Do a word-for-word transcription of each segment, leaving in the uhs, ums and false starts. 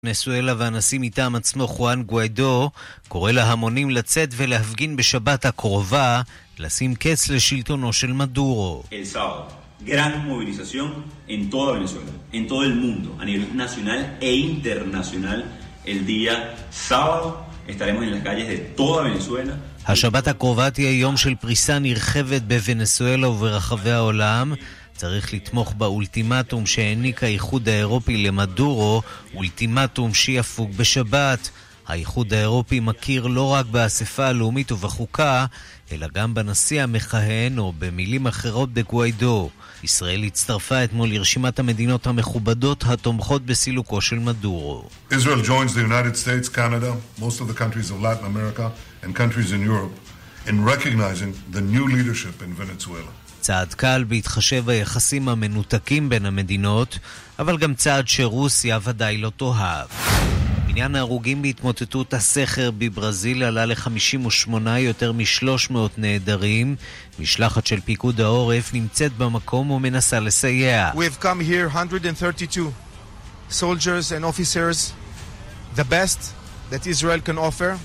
נסואלה והנשיא מטעם עצמו חואן גואידו קורא להמונים לצאת ולהפגין בשבת הקרובה לשים קץ לשלטונו של מדורו. El sábado, gran movilización en toda Venezuela, en todo el mundo, a nivel nacional e internacional. El día sábado estaremos en las calles de toda Venezuela. השבת הקרובה תהיה יום של פריסה נרחבת בוונצואלה וברחבי העולם. צריך לתמוך באולטימטום שהעניק האיחוד האירופי למדורו, אולטימטום שיפוג בשבת. האיחוד האירופי מכיר לא רק באספה הלאומית ובחוקה, אלא גם בנשיא המכהן, או במילים אחרות בגואידו. ישראל הצטרפה אתמול לרשימת המדינות המכובדות התומכות בסילוקו של מדורו. Israel joins the United States, Canada, most of the countries of Latin America and countries in Europe in recognizing the new leadership in Venezuela. צעד קל בהתחשב ביחסים המנותקים בין המדינות, אבל גם צעד שרוסיה ודאי לא תאהב. מניין ההרוגים בהתמוטטות הסכר בברזיל עלה ל-חמישים ושמונה, יותר מ-שלוש מאות נעדרים. משלחת של פיקוד העורף נמצאת במקום ומנסה לסייע. We've come here one hundred thirty-two soldiers and officers, the best that Israel can offer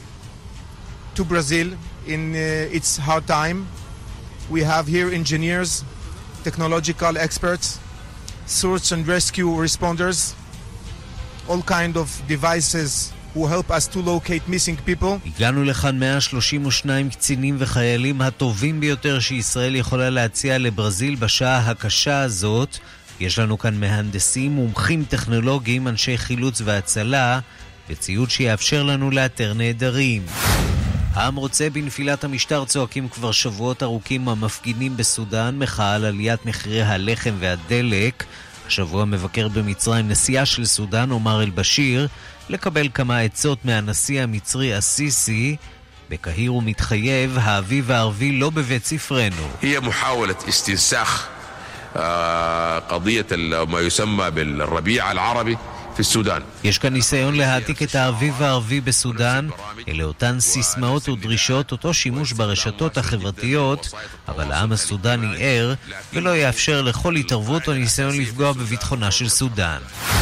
to Brazil in uh, its hard time. We have here engineers, technological experts, search and rescue responders, all kind of devices who help us to locate missing people. הגענו לכאן מאה שלושים ושניים קצינים וחיילים הטובים ביותר שישראל יכולה להציע לברזיל בשעה הקשה הזאת. יש לנו כאן מהנדסים, מומחים טכנולוגיים, אנשי חילוץ והצלה, וציוד שיאפשר לנו לאתר נעדרים. העם רוצה בנפילת המשטר, צועקים כבר שבועות ארוכים המפגינים בסודן, מחאה על עליית מחירי הלחם והדלק. השבוע מבקר במצרים נשיאה של סודן, עומר אל-בשיר, לקבל כמה עצות מהנשיא המצרי הסיסי. בקהיר הוא מתחייב, האביב הערבי לא בבית ספרנו. هي محاولة استنساخ قضية ما يسمى بالربيع العربي في السودان. יש כאן ניסיון להעתיק את האביב הערבי בסודן, אלה אותן סיסמאות ודרישות, אותו שימוש ברשתות החברתיות, אבל העם הסודני ער ולא יאפשר לכל התערבות או ניסיון לפגוע בביטחונה של סודן.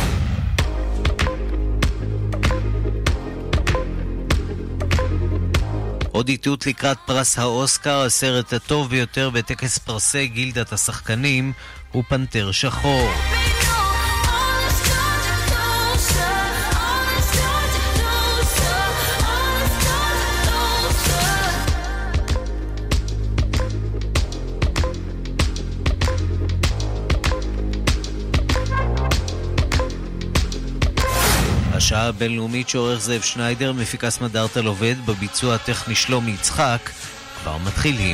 עוד איתות לקראת פרס האוסקר, הסרט הטוב ביותר בטקס פרסי גילדת השחקנים הוא פנתר שחור. השעה הבינלאומית שעורך זאב שניידר, מפיקה סמדארטה לובד, בביצוע הטכני שלומי יצחק. כבר מתחילים.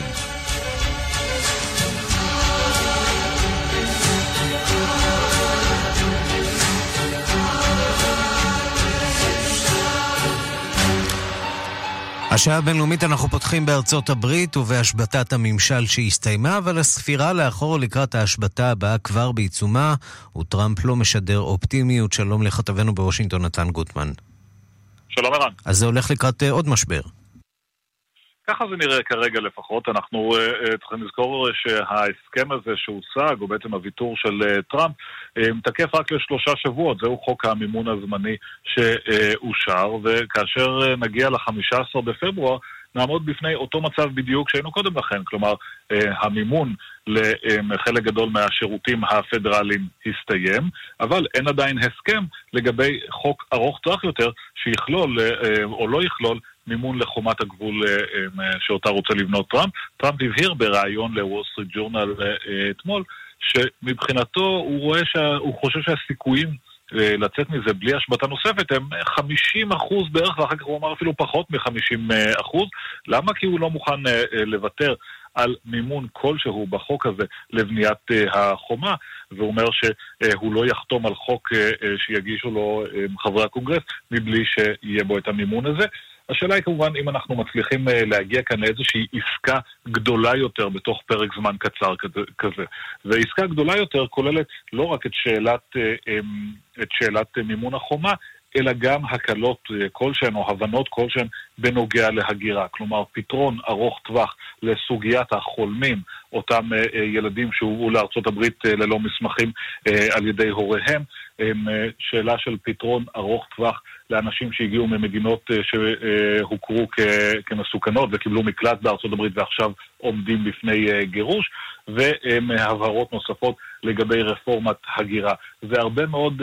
השעה הבינלאומית אנחנו פותחים בארצות הברית ובהשבתת הממשל שהסתיימה, אבל הספירה לאחור לקראת ההשבתה הבאה כבר בעיצומה, וטראמפ לא משדר אופטימיות. שלום לכתבנו בוושינגטון נתן גוטמן. שלום ערן. אז זה הולך לקראת uh, עוד משבר. ככה זה נראה כרגע לפחות. אנחנו uh, צריכים לזכור שההסכם הזה שהושג, או בעצם הוויתור של uh, טראמפ, uh, מתקף רק לשלושה שבועות. זהו חוק המימון הזמני שאושר, וכאשר uh, נגיע ל-חמישה עשר בפברואר, נעמוד בפני אותו מצב בדיוק שהיינו קודם לכן. כלומר, uh, המימון לחלק גדול מהשירותים הפדרליים הסתיים, אבל אין עדיין הסכם לגבי חוק ארוך טווח יותר שיכלול uh, או לא יכלול מימון לחומת הגבול שאותה רוצה לבנות טראמפ. טראמפ הבהיר בראיון לוול סטריט ג'ורנל אתמול, שמבחינתו הוא רואה שהוא חושב שהסיכויים לצאת מזה בלי השבתה נוספת הם חמישים אחוז בערך, ואחר כך הוא אמר אפילו פחות מ-חמישים אחוז. למה? כי הוא לא מוכן לוותר על מימון כלשהו בחוק הזה לבניית החומה, והוא אומר שהוא לא יחתום על חוק שיגישו לו חברי הקונגרס מבלי שיהיה בו את המימון הזה. השאלה היא כמובן אם אנחנו מצליחים להגיע כאן לאיזושהי עסקה גדולה יותר בתוך פרק זמן קצר כזה. ועסקה גדולה יותר כוללת לא רק את שאלת, את שאלת מימון החומה, אלא גם הקלות כלשהן או הבנות כלשהן בנוגע להגירה. כלומר, פתרון ארוך טווח לסוגיית החולמים אותם ילדים שהובאו לארצות הברית ללא מסמכים על ידי הוריהם. שאלה של פתרון ארוך טווח לאנשים שהגיעו ממדינות שהוכרו כמסוכנות וקיבלו מקלט בארצות הברית ועכשיו עומדים בפני גירוש, והבהרות נוספות לגבי רפורמת הגירה. זה הרבה מאוד,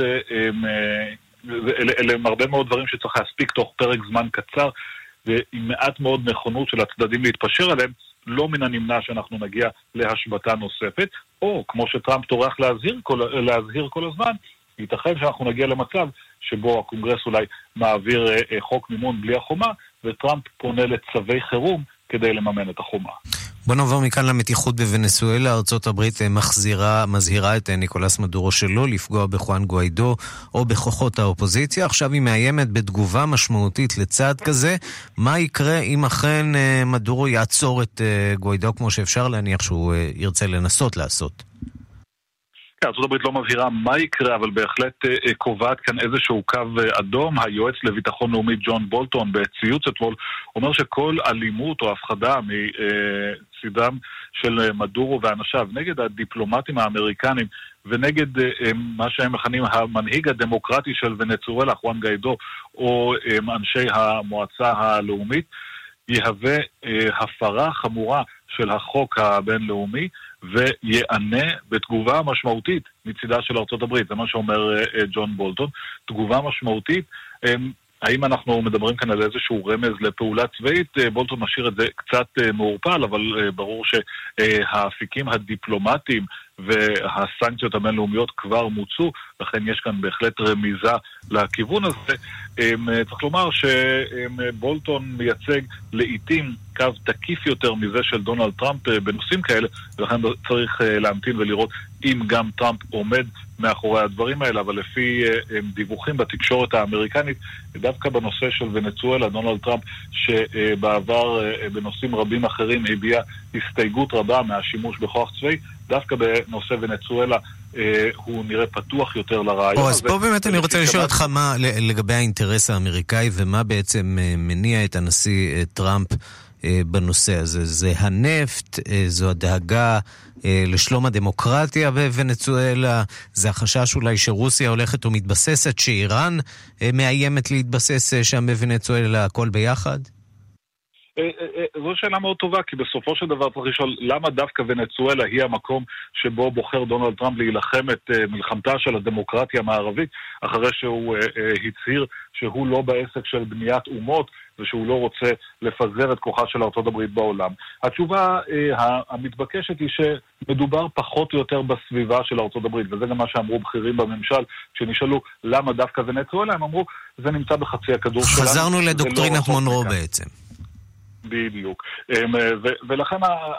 אלה הם הרבה מאוד דברים שצריך להספיק תוך פרק זמן קצר, ועם מעט מאוד נכונות של הצדדים להתפשר עליהם, לא מן הנמנע שאנחנו נגיע להשבתה נוספת, או כמו שטראמפ טורח להזהיר כל, להזהיר כל הזמן, ייתכן שאנחנו נגיע למצב שבו הקונגרס אולי מעביר חוק מימון בלי החומה, וטראמפ פונה לצווי חירום כדי לממן את החומה. בוא נעבור מכאן למתיחות בוונצואלה. ארצות הברית מחזירה, מזהירה את ניקולס מדורו שלא לפגוע בחואן גואידו או בכוחות האופוזיציה. עכשיו היא מאיימת בתגובה משמעותית לצעד כזה. מה יקרה אם אכן מדורו יעצור את גואידו כמו שאפשר להניח שהוא ירצה לנסות לעשות? ארצות הברית לא מבהירה מה יקרה, אבל בהחלט קובעת כאן איזשהו קו אדום. היועץ לביטחון לאומי ג'ון בולטון בציוץ אתמול אומר שכל אלימות או הפחדה מצידם של מדורו ואנשיו נגד הדיפלומטים האמריקנים ונגד מה שהם מכנים המנהיג הדמוקרטי של ונצואלה, חואן גואידו, או אנשי המועצה הלאומית, יהווה הפרה חמורה של החוק הבינלאומי ויענה בתגובה משמעותית מצידה של ארצות הברית. זה מה שאומר ג'ון בולטון, תגובה משמעותית. האם אנחנו מדברים כאן על איזשהו רמז לפעולה צבאית? בולטון משאיר את זה קצת מעורפל, אבל ברור שהאפיקים הדיפלומטיים והסנקציות הבינלאומיות כבר מוצאו, לכן יש כאן בהחלט רמיזה לכיוון הזה. צריך לומר שבולטון מייצג לעתים קו תקיף יותר מזה של דונלד טראמפ בנושאים כאלה, ולכן צריך להמתין ולראות אם גם טראמפ עומד מאחורי הדברים האלה, אבל לפי דיווחים בתקשורת האמריקנית, דווקא בנושא של ונצואלה, דונלד טראמפ שבעבר בנושאים רבים אחרים הביע הסתייגות רבה מהשימוש בכוח צבאי, דווקא בנושא ונצואלה הוא נראה פתוח יותר לרעיון. אז פה באמת אני רוצה לשאול אותך מה לגבי האינטרס האמריקאי ומה בעצם מניע את הנשיא טראמפ בנושא הזה. זה הנפט, זו הדאגה לשלום הדמוקרטיה בוונצואלה, זה החשש אולי שרוסיה הולכת ומתבססת, שאיראן מאיימת להתבסס שם בוונצואלה, הכל ביחד? זו שאלה מאוד טובה, כי בסופו של דבר צריך לשאול למה דווקא ונצואלה היא המקום שבו בוחר דונלד טראמפ להילחם את מלחמתה של הדמוקרטיה המערבית, אחרי שהוא הצהיר שהוא לא בעסק של בניית אומות ושהוא לא רוצה לפזר את כוחה של ארצות הברית בעולם. התשובה המתבקשת היא שמדובר פחות או יותר בסביבה של ארצות הברית, וזה גם מה שאמרו בכירים בממשל, כשנשאלו למה דווקא ונצואלה, הם אמרו זה נמצא בחצי הכדור שלנו. חזרנו לדוקטרינת מונרו בעצם. בדיוק. ולכן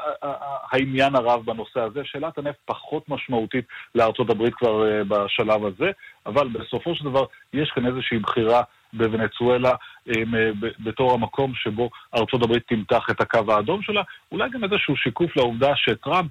העניין הרב בנושא הזה, שאלת הנפט פחות משמעותית לארצות הברית כבר בשלב הזה, אבל בסופו של דבר יש כאן איזושהי בחירה בוונצואלה בתור המקום שבו ארצות הברית תמתח את הקו האדום שלה, אולי גם איזשהו שיקוף לעובדה שטראמפ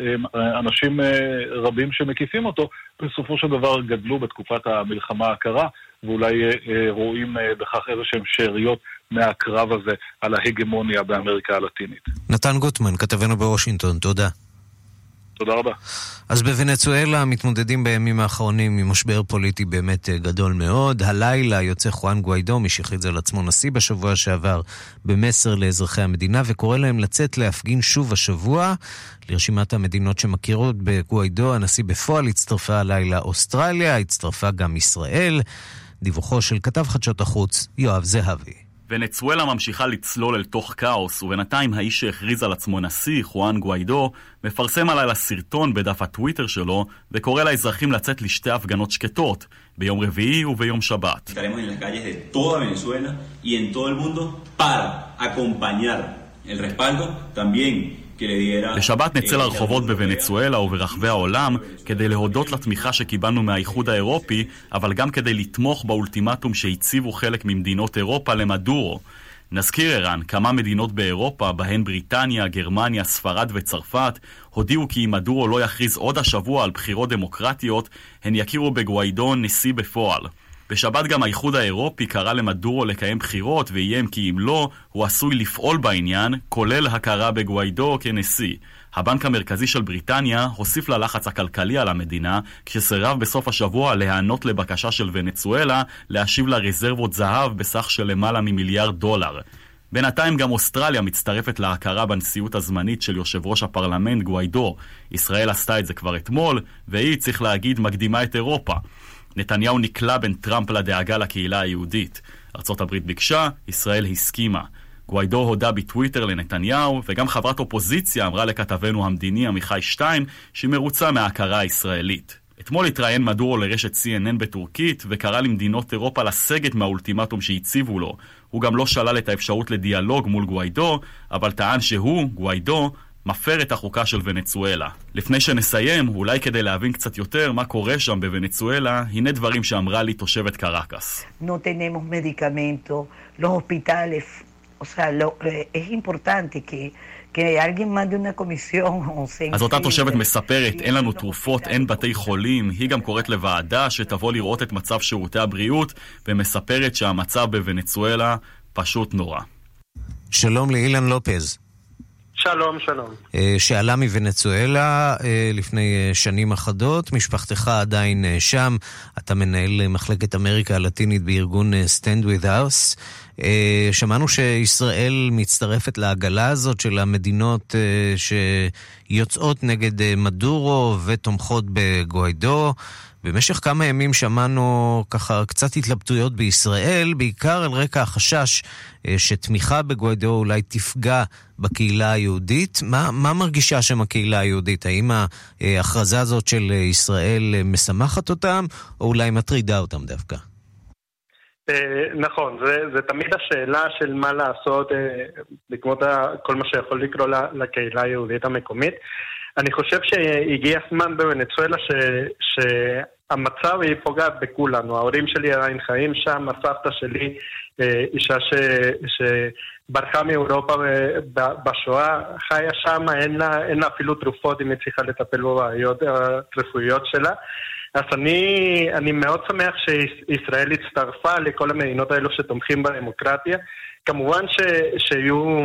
ואנשים רבים שמקיפים אותו בסופו של דבר גדלו בתקופת המלחמה הקרה, ואולי רואים בכך איזשהם שאריות מהקרב הזה על ההגמוניה באמריקה הלטינית. נתן גוטמן, כתבנו בוושינגטון, תודה. תודה רבה. אז בוונצואלה מתמודדים בימים האחרונים עם משבר פוליטי באמת גדול מאוד. הלילה יוצא חואן גואידו, מי שהכריז על עצמו נשיא בשבוע שעבר, במסר לאזרחי המדינה, וקורא להם לצאת להפגין שוב השבוע. לרשימת המדינות שמכירות בגואידו, הנשיא בפועל הצטרפה הלילה אוסטרליה, הצטרפה גם ישראל. דיווחו של כתב חדשות החוץ יואב זהבי. ונצואלה ממשיכה לצלול אל תוך כאוס, ובינתיים האיש שהכריז על עצמו נשיא, חואן גואידו, מפרסם עליי לסרטון בדף הטוויטר שלו, וקורא לאזרחים לצאת לשתי הפגנות שקטות, ביום רביעי וביום שבת. Estaremos en las calles de toda Venezuela y en todo el mundo para acompañar el respaldo también. בשבת נצא לרחובות בוונצואלה וברחבי העולם כדי להודות לתמיכה שקיבלנו מהאיחוד האירופי, אבל גם כדי לתמוך באולטימטום שהציבו חלק ממדינות אירופה למדורו. נזכיר ערן, כמה מדינות באירופה, בהן בריטניה, גרמניה, ספרד וצרפת, הודיעו כי אם מדורו לא יכריז עוד השבוע על בחירות דמוקרטיות, הן יכירו בגואידו נשיא בפועל. בשבת גם האיחוד האירופי קרא למדורו לקיים בחירות ואיים כי אם לא, הוא עשוי לפעול בעניין, כולל הכרה בגואידו כנשיא. הבנק המרכזי של בריטניה הוסיף ללחץ הכלכלי על המדינה, כשסירב בסוף השבוע להיענות לבקשה של ונצואלה להשיב לה רזרבות זהב בסך של למעלה ממיליארד דולר. בינתיים גם אוסטרליה מצטרפת להכרה בנשיאות הזמנית של יושב ראש הפרלמנט גואידו. ישראל עשתה את זה כבר אתמול, והיא, צריך להגיד, מקדימה את אירופה. נתניהו נקלה בין טראמפ לדאגה לקהילה היהודית. ארצות הברית ביקשה, ישראל הסכימה. גואידו הודה בטוויטר לנתניהו, וגם חברת אופוזיציה אמרה לכתבנו המדיני עמיחי שטיין שהיא מרוצה מההכרה הישראלית. אתמול התראיין מדורו לרשת סי אן אן בטורקית וקרא למדינות אירופה לסגת מהאולטימטום שהציבו לו. הוא גם לא שלל את האפשרות לדיאלוג מול גואידו, אבל טען שהוא, גואידו, מפר את החוקה של ונצואלה. לפני שנסיים, אולי כדי להבין קצת יותר מה קורה שם בוונצואלה, הנה דברים שאמרה לי תושבת קרקס. No tenemos medicamento, los hospitales, o sea, lo, es importante que אז אותה תושבת מספרת, אין לנו תרופות, אין בתי חולים. היא גם קוראת לוועדה שתבוא לראות את מצב שירותי הבריאות, ומספרת שהמצב בוונצואלה פשוט נורא. שלום לאילן לופז. שלום, שלום. שעלה מוונצואלה לפני שנים אחדות, משפחתך עדיין שם, אתה מנהל מחלקת אמריקה הלטינית בארגון Stand With Us. שמענו שישראל מצטרפת לעגלה הזאת של המדינות שיוצאות נגד מדורו ותומכות בגואידו. במשך כמה ימים שמענו ככה קצת התלבטויות בישראל, בעיקר על רקע החשש שתמיכה בגואידו אולי תפגע בקהילה היהודית. מה, מה מרגישה שם הקהילה היהודית? האם ההכרזה הזאת של ישראל משמחת אותם, או אולי מטרידה אותם דווקא? נכון, זה, זה תמיד השאלה של מה לעשות בעקבות כל מה שיכול לקרוא לקהילה היהודית המקומית. אני חושב שהגיע הזמן בוונצואלה ש, שהמצב היא פוגעת בכולנו. ההורים שלי עדיין חיים שם, הסבתא שלי, אישה ש, שברחה מאירופה בשואה, חיה שם, אין לה, אין לה אפילו תרופות אם היא צריכה לטפל בבעיות הרפואיות שלה. אז אני, אני מאוד שמח שישראל הצטרפה לכל המדינות האלו שתומכים בדמוקרטיה. כמובן ש, שיהיו,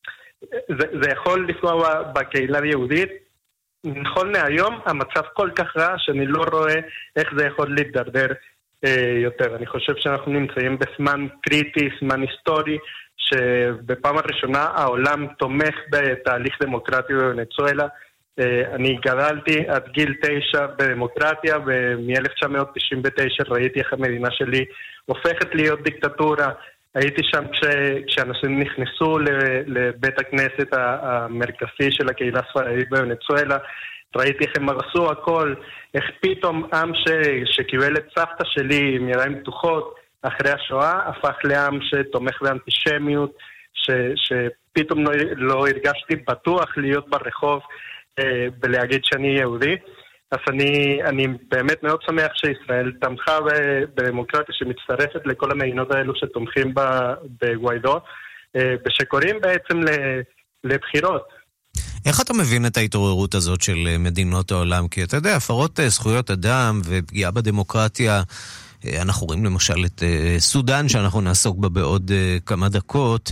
זה, זה יכול לפגוע בקהילה היהודית. נכון להיום המצב כל כך רע שאני לא רואה איך זה יכול להתדרדר אה, יותר. אני חושב שאנחנו נמצאים בזמן קריטי, זמן היסטורי, שבפעם הראשונה העולם תומך בתהליך דמוקרטי בוונצואלה. אה, אני גדלתי עד גיל תשע בדמוקרטיה, ומ-אלף תשע מאות תשעים ותשע ראיתי איך המדינה שלי הופכת להיות דיקטטורה. הייתי שם כש, כשאנשים נכנסו לבית הכנסת המרכזי של הקהילה הספרדית בוונצואלה, ראיתי איך הם הרסו הכל, איך פתאום עם ש, שקיבל את סבתא שלי עם ידיים פתוחות אחרי השואה, הפך לעם שתומך באנטישמיות, ש, שפתאום לא, לא הרגשתי בטוח להיות ברחוב אה, ולהגיד שאני יהודי. אז אני, אני באמת מאוד שמח שישראל תמכה בדמוקרטיה שמצטרפת לכל המדינות האלו שתומכים בגואידו, ושקוראים בעצם לבחירות. איך אתה מבין את ההתעוררות הזאת של מדינות העולם? כי אתה יודע, הפרות זכויות אדם ופגיעה בדמוקרטיה, אנחנו רואים למשל את סודן שאנחנו נעסוק בה בעוד כמה דקות,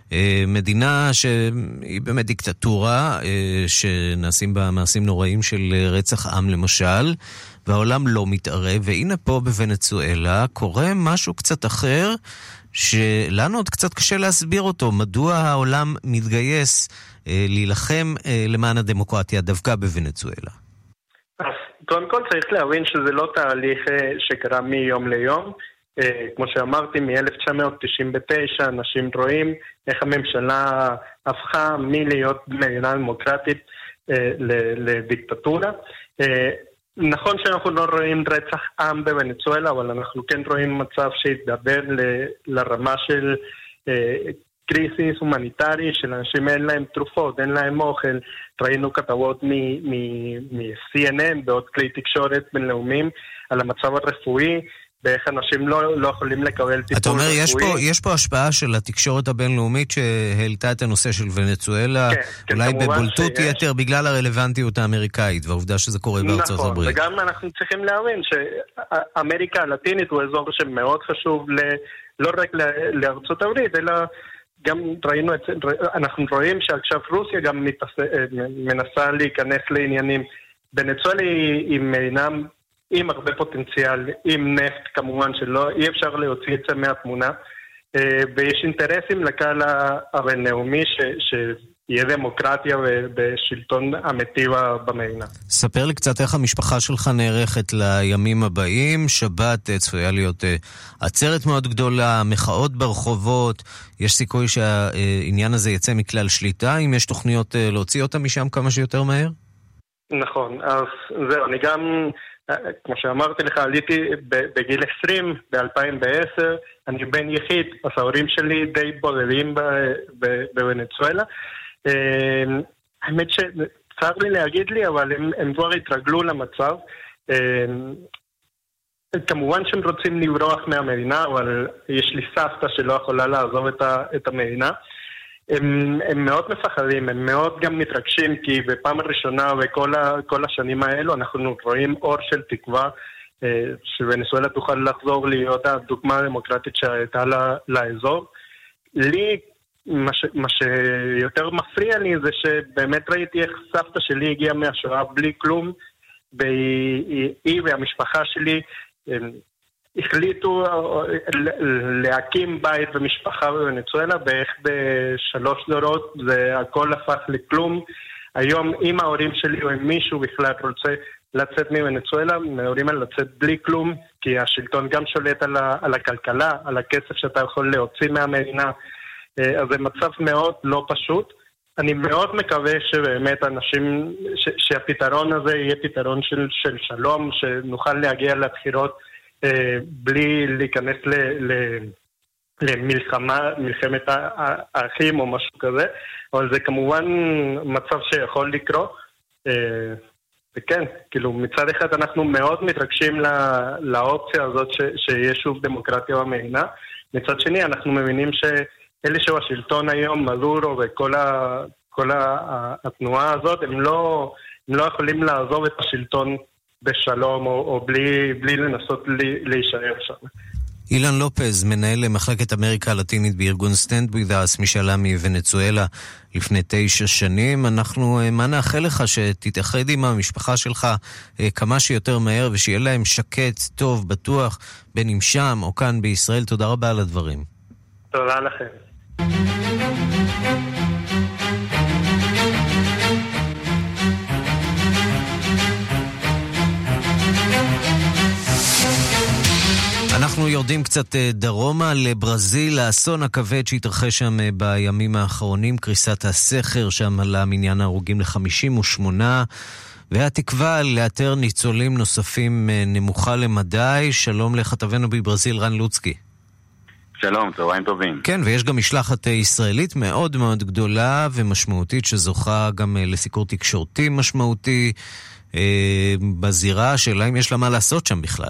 מדינה שהיא באמת דיקטטורה, שנעשים בה מעשים נוראים של רצח עם למשל, והעולם לא מתערב, והנה פה בוונצואלה קורה משהו קצת אחר, שלנו עוד קצת קשה להסביר אותו, מדוע העולם מתגייס להילחם למען הדמוקרטיה דווקא בוונצואלה. אז קודם כל צריך להבין שזה לא תהליך שקרה מיום ליום, כמו שאמרתי, מ-אלף תשע מאות תשעים ותשע אנשים רואים איך הממשלה הפכה מלהיות מדינה דמוקרטית לדיקטטורה. נכון שאנחנו לא רואים רצח עם בוונצואלה, אבל אנחנו כן רואים מצב שהתדבר לרמה של קריסיס הומניטרי, של אנשים אין להם תרופות, אין להם אוכל. ראינו כתבות מ-סי אן אן בעוד כלי תקשורת בינלאומיים על המצב הרפואי, ואיך אנשים לא, לא יכולים לקבל טיפול רפואי. אתה אומר, יש פה, יש פה השפעה של התקשורת הבינלאומית שהעלתה את הנושא של וונצואלה, כן, אולי כן, בבולטות שיש... יתר בגלל הרלוונטיות האמריקאית, והעובדה שזה קורה נכון, בארצות הברית. וגם אנחנו צריכים להבין שאמריקה הלטינית הוא אזור שמאוד חשוב ל... לא רק לארצות הברית, אלא גם ראינו את זה, אנחנו רואים שעכשיו רוסיה גם מנסה להיכנס לעניינים. ונצואלה היא מדינה עם הרבה פוטנציאל, עם נפט כמובן שלא, אי אפשר להוציא את זה מהתמונה, ויש אינטרסים לקהל הבינלאומי שיהיה דמוקרטיה ושלטון אמיתי במדינה. ספר לי קצת איך המשפחה שלך נערכת לימים הבאים. שבת צפויה להיות עצרת מאוד גדולה, מחאות ברחובות, יש סיכוי שהעניין הזה יצא מכלל שליטה, אם יש תוכניות להוציא אותה משם כמה שיותר מהר? נכון, אז זהו, אני גם, כמו שאמרתי לך, עליתי בגיל עשרים, ב-אלפיים ועשר, אני בן יחיד, אז ההורים שלי די בודדים בוונצואלה. האמת שצר לי להגיד לי, אבל הם, הם כבר התרגלו למצב. כמובן שהם רוצים לברוח מהמדינה, אבל יש לי סבתא שלא יכולה לעזוב את, ה, את המדינה. הם, הם מאוד מפחדים, הם מאוד גם מתרגשים, כי בפעם הראשונה וכל ה, כל השנים האלו אנחנו רואים אור של תקווה, שוונצואלה תוכל לחזור להיות הדוגמה הדמוקרטית שהייתה לאזור. לי, מה, ש, מה שיותר מפריע לי זה שבאמת ראיתי איך סבתא שלי הגיעה מהשואה בלי כלום, והיא והמשפחה שלי החליטו להקים בית ומשפחה בוונצואלה, ואיך בשלוש דורות זה הכל הפך לכלום. היום אם ההורים שלי או אם מישהו בכלל רוצה לצאת מוונצואלה, מהורים על לצאת בלי כלום, כי השלטון גם שולט על, ה, על הכלכלה, על הכסף שאתה יכול להוציא מהמדינה, אז זה מצב מאוד לא פשוט. אני מאוד מקווה שבאמת אנשים, ש, שהפתרון הזה יהיה פתרון של, של שלום, שנוכל להגיע לבחירות אה, בלי להיכנס ל, ל, למלחמה, מלחמת האחים או משהו כזה, אבל זה כמובן מצב שיכול לקרות. אה, וכן, כאילו מצד אחד אנחנו מאוד מתרגשים לא, לאופציה הזאת ש, שיש שוב דמוקרטיה במדינה, מצד שני אנחנו מבינים ש... אלה שהוא השלטון היום, מדורו וכל ה, כל ה, התנועה הזאת, הם לא, הם לא יכולים לעזוב את השלטון בשלום או, או בלי, בלי לנסות לי, להישאר שם. אילן לופז, מנהל מחלקת אמריקה הלטינית בארגון Stand With Us, מי שעלה מוונצואלה לפני תשע שנים. אנחנו, מה נאחל לך שתתאחד עם המשפחה שלך כמה שיותר מהר, ושיהיה להם שקט, טוב, בטוח, בין אם שם או כאן בישראל. תודה רבה על הדברים. תודה לכם. אנחנו יורדים קצת דרומה לברזיל, האסון הכבד שהתרחש שם בימים האחרונים, קריסת הסכר שם עלה מניין ההרוגים ל-חמישים ושמונה, והתקווה לאתר ניצולים נוספים נמוכה למדי. שלום לכתבנו בברזיל, רן לוצקי. שלום, צהריים טובים. כן, ויש גם משלחת ישראלית מאוד מאוד גדולה ומשמעותית שזוכה גם לסיקור תקשורתי משמעותי אה, בזירה. השאלה אם יש לה מה לעשות שם בכלל.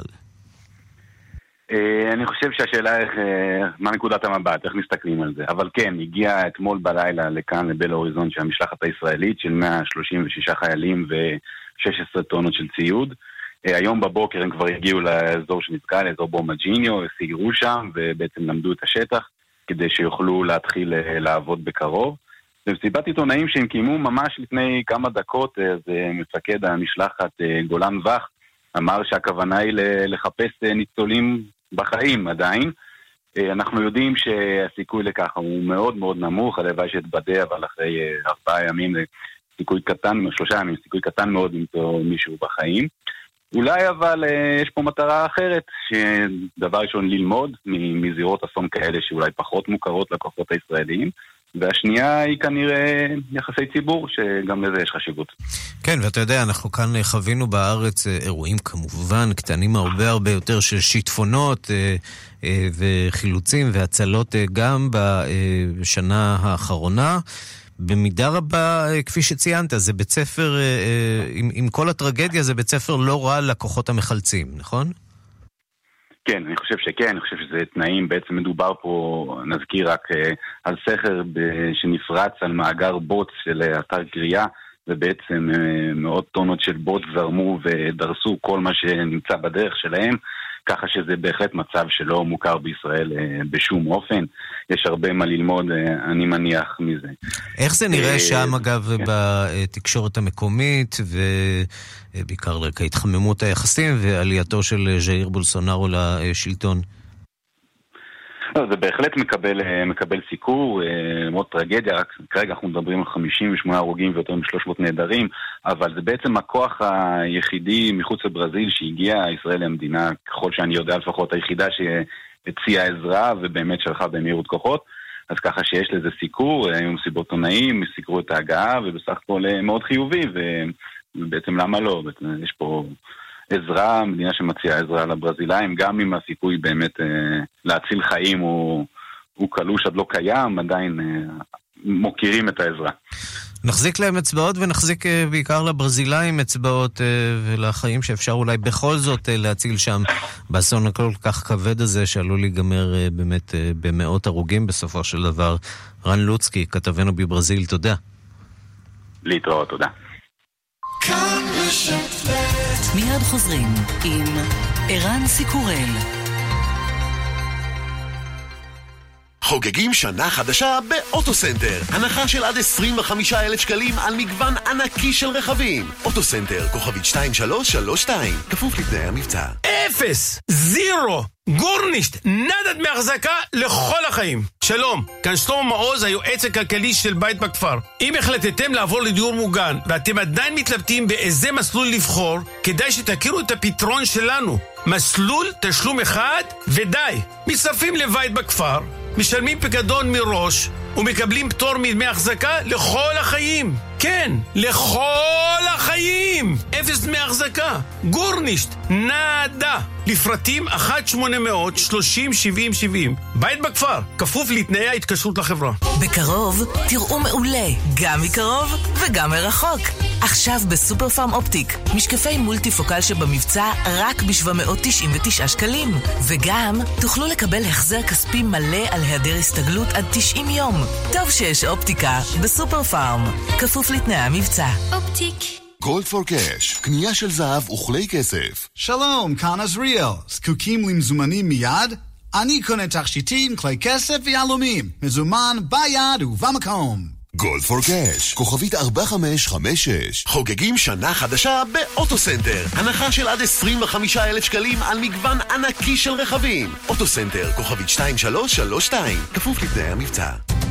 אה, אני חושב שהשאלה איך, אה, מה נקודת המבט, איך מסתכלים על זה. אבל כן, הגיע אתמול בלילה לכאן לבל הוריזון של המשלחת הישראלית של מאה שלושים ושישה חיילים ו-שש עשרה טונות של ציוד. היום בבוקר הם כבר הגיעו לאזור שנזכר, לאזור בורמג'יניו, וסיירו שם ובעצם למדו את השטח כדי שיוכלו להתחיל לעבוד בקרוב. ובסיבת עיתונאים שהם קיימו ממש לפני כמה דקות, אז מפקד המשלחת גולן וח אמר שהכוונה היא לחפש ניצולים בחיים עדיין. אנחנו יודעים שהסיכוי לכך הוא מאוד מאוד נמוך, הלוואי שהתבדה, אבל אחרי ארבעה ימים סיכוי קטן, שלושה ימים סיכוי קטן מאוד למצוא מישהו בחיים. אולי אבל יש פה מטרה אחרת, שדבר ראשון ללמוד מזירות אסון כאלה שאולי פחות מוכרות לכוחות הישראליים, והשנייה היא כנראה יחסי ציבור, שגם לזה יש חשיבות. כן, ואתה יודע, אנחנו כאן חווינו בארץ אירועים כמובן קטנים הרבה הרבה יותר של שיטפונות וחילוצים והצלות גם בשנה האחרונה. במידה רבה, כפי שציינת, זה בית ספר, עם, עם כל הטרגדיה, זה בית ספר לא רע לכוחות המחלצים, נכון? כן, אני חושב שכן, אני חושב שזה תנאים, בעצם מדובר פה, נזכיר רק על סכר שנפרץ על מאגר בוץ של אתר קריאה, ובעצם מאות טונות של בוץ זרמו ודרסו כל מה שנמצא בדרך שלהם. ככה שזה בהחלט מצב שלא מוכר בישראל בשום אופן. יש הרבה מה ללמוד, אני מניח, מזה. איך זה נראה שם, אגב, בתקשורת המקומית, ובעיקר רקע התחממות היחסים ועלייתו של ז'איר בולסונארו לשלטון? זה בהחלט מקבל, מקבל סיקור, מאוד טרגדיה, רק כרגע אנחנו מדברים על חמישים ושמונה הרוגים ויותר מ-שלוש מאות נעדרים, אבל זה בעצם הכוח היחידי מחוץ לברזיל שהגיע ישראל למדינה, ככל שאני יודע לפחות היחידה שהציעה עזרה ובאמת שלחה במהירות כוחות, אז ככה שיש לזה סיקור, היו מסיבות עונאים, סיקרו את ההגעה ובסך הכל מאוד חיובי, ובעצם למה לא? יש פה עזרה, מדינה שמציעה עזרה לברזילאים, גם אם הסיכוי באמת אה, להציל חיים הוא, הוא קלוש עד לא קיים, עדיין אה, מוכירים את העזרה. נחזיק להם אצבעות ונחזיק אה, בעיקר לברזילאים אצבעות אה, ולחיים שאפשר אולי בכל זאת אה, להציל שם באסון הכל כך כבד הזה שעלול להיגמר אה, באמת אה, במאות הרוגים בסופו של דבר. רן לוצקי, כתבנו בברזיל, תודה. להתראות, תודה. מיד חוזרים עם ערן סיקורל. חוגגים שנה חדשה באוטוסנטר. הנחה של עד עשרים וחמישה אלף שקלים על מגוון ענקי של רכבים. אוטוסנטר, כוכבית שתיים שלוש שלוש שתיים. כפוף לתנאי המבצע. אפס, זירו, גורנישט, נדד מהחזקה לכל החיים. שלום, כאן שלמה מעוז, היועץ הכלכלי של בית בכפר. אם החלטתם לעבור לדיור מוגן ואתם עדיין מתלבטים באיזה מסלול לבחור, כדאי שתכירו את הפתרון שלנו. מסלול תשלום אחד ודי. מצטרפים לבית בכפר, משלמים פקדון מראש ומקבלים פטור מדמי החזקה לכל החיים. כן, לכל החיים. אפס דמי החזקה. גורנישט, נדה. לפרטים אחת שמונה מאות שלושים שבעים שבעים. בית בכפר, כפוף לתנאי ההתקשרות לחברה. בקרוב תראו מעולה, גם מקרוב וגם מרחוק. עכשיו בסופר פארם אופטיק, משקפי מולטיפוקל שבמבצע רק ב-שבע מאות תשעים ותשעה שקלים. וגם תוכלו לקבל החזר כספי מלא על היעדר הסתגלות עד תשעים יום. טוב שיש אופטיקה בסופר פארם, כפוף לתנאי המבצע. אופטיק. גולד פור קאש, קנייה של זהב וכלי כסף. שלום, כאן עזריאל. זקוקים למזומנים מיד? אני קונה תכשיטים, כלי כסף ויהלומים. מזומן ביד ובמקום. גולד פור קאש, כוכבית ארבע חמש חמש שש. חוגגים שנה חדשה באוטוסנטר. הנחה של עד עשרים וחמישה אלף שקלים על מגוון ענקי של רכבים. אוטוסנטר, כוכבית שתיים שלוש שלוש שתיים. כפוף לתנאי המבצע.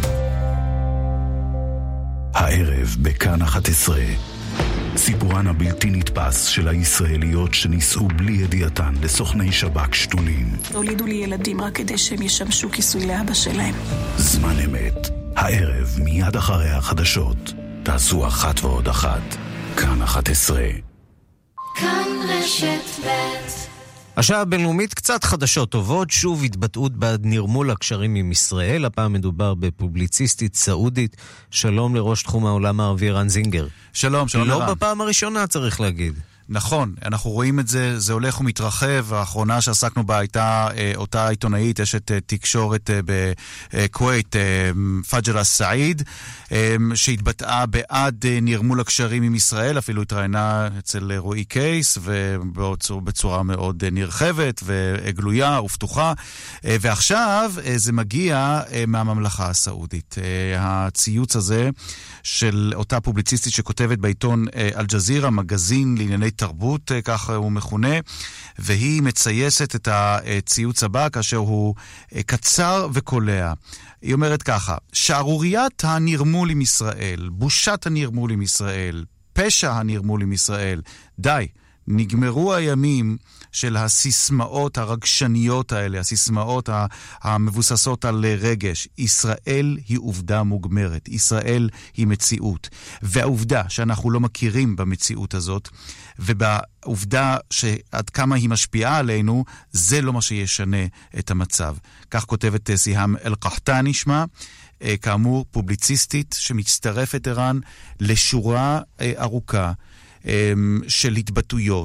הערב בכאן אחת עשרה. סיפורן הבלתי נתפס של הישראליות שניסו בלי ידיעתן לסוכני שב"כ שתולים. הולידו לי ילדים רק כדי שהם ישמשו כיסוי לאבא שלהם. זמן אמת. הערב מיד אחרי החדשות. תעשו אחת ועוד אחת. כאן אחת עשרה. כאן רשת ב'. השעה הבינלאומית, קצת חדשות טובות, שוב התבטאות בנרמול הקשרים עם ישראל, הפעם מדובר בפובליציסטית סעודית. שלום לראש תחום העולם הערבי רן זינגר. שלום, שלום לא לרן. בפעם הראשונה צריך להגיד. נכון, אנחנו רואים את זה, זה הולך ומתרחב. האחרונה שעסקנו בה הייתה אה, אותה עיתונאית, אשת אה, תקשורת אה, בכווית, אה, פג'ר אס-סעיד, אה, שהתבטאה בעד אה, נרמול הקשרים עם ישראל, אפילו התראיינה אצל רועי קייס, ובצורה מאוד אה, נרחבת וגלויה ופתוחה. אה, ועכשיו אה, זה מגיע אה, מהממלכה הסעודית. אה, הציוץ הזה של אותה פובליציסטית שכותבת בעיתון אה, אל-ג'זירה, מגזין לענייני תרבות, ככה הוא מכונה, והיא מצייסת את הציוץ הבא כאשר הוא קצר וקולע. היא אומרת ככה: שערוריית הנרמול עם ישראל, בושת הנרמול עם ישראל, פשע הנרמול עם ישראל, די, נגמרו הימים של הסיסמאות הרגשניות האלה, הסיסמאות המבוססות על רגש. ישראל היא עובדה מוגמרת, ישראל היא מציאות, והעובדה שאנחנו לא מכירים במציאות הזאת, ובעובדה שעד כמה היא משפיעה עלינו, זה לא מה שישנה את המצב. כך כותבת סיהם אל-קחטני שמה, כאמור פובליציסטית שמצטרפת ערן לשורה ארוכה של התבטאויות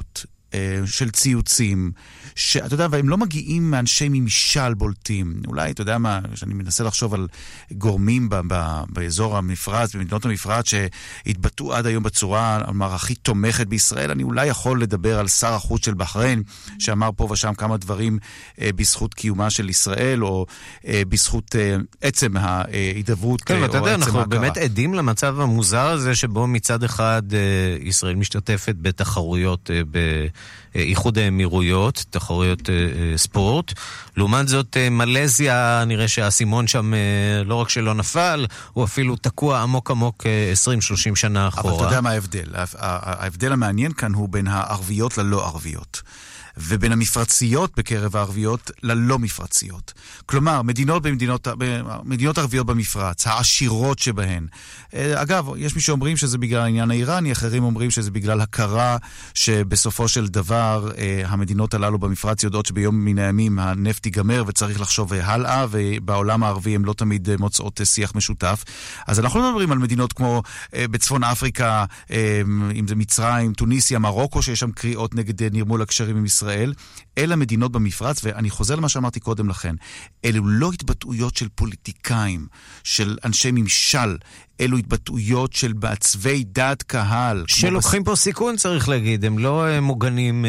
של ציוצים, שאתה יודע, והם לא מגיעים מאנשי ממשל בולטים. אולי, אתה יודע מה, שאני מנסה לחשוב על גורמים ב- ב- באזור המפרץ, במדינות המפרץ, שהתבטאו עד היום בצורה המערכית תומכת בישראל. אני אולי יכול לדבר על שר החוץ של בחריין, שאמר פה ושם כמה דברים אה, בזכות קיומה של ישראל, או אה, בזכות אה, עצם ההידברות. כן, ואתה יודע, אנחנו ההכרה. באמת עדים למצב המוזר הזה, שבו מצד אחד אה, ישראל משתתפת בתחרויות אה, באיחוד האמירויות, תחרויות אה, ספורט. לעומת זאת, אה, מלזיה, נראה שהסימון שם אה, לא רק שלא נפל, הוא אפילו תקוע עמוק עמוק אה, עשרים שלושים שנה אחורה. אבל אתה יודע מה ההבדל? ההבדל המעניין כאן הוא בין הערביות ללא ערביות. ובין המפרציות בקרב הערביות ללא מפרציות. כלומר, מדינות במדינות, מדינות ערביות במפרץ, העשירות שבהן. אגב, יש מי שאומרים שזה בגלל העניין האיראני, אחרים אומרים שזה בגלל הכרה שבסופו של דבר המדינות הללו במפרץ יודעות שביום מן הימים הנפט ייגמר וצריך לחשוב הלאה, ובעולם הערבי הם לא תמיד מוצאות שיח משותף. אז אנחנו לא מדברים על מדינות כמו בצפון אפריקה, אם זה מצרים, טוניסיה, מרוקו, שיש שם קריאות נגד נרמול הקשרים עם ישראל. ישראל, אלה מדינות במפרץ, ואני חוזר למה שאמרתי קודם לכן, אלו לא התבטאויות של פוליטיקאים, של אנשי ממשל, אלו התבטאויות של מעצבי דעת קהל. שלוקחים פה סיכון, צריך להגיד, הם לא מוגנים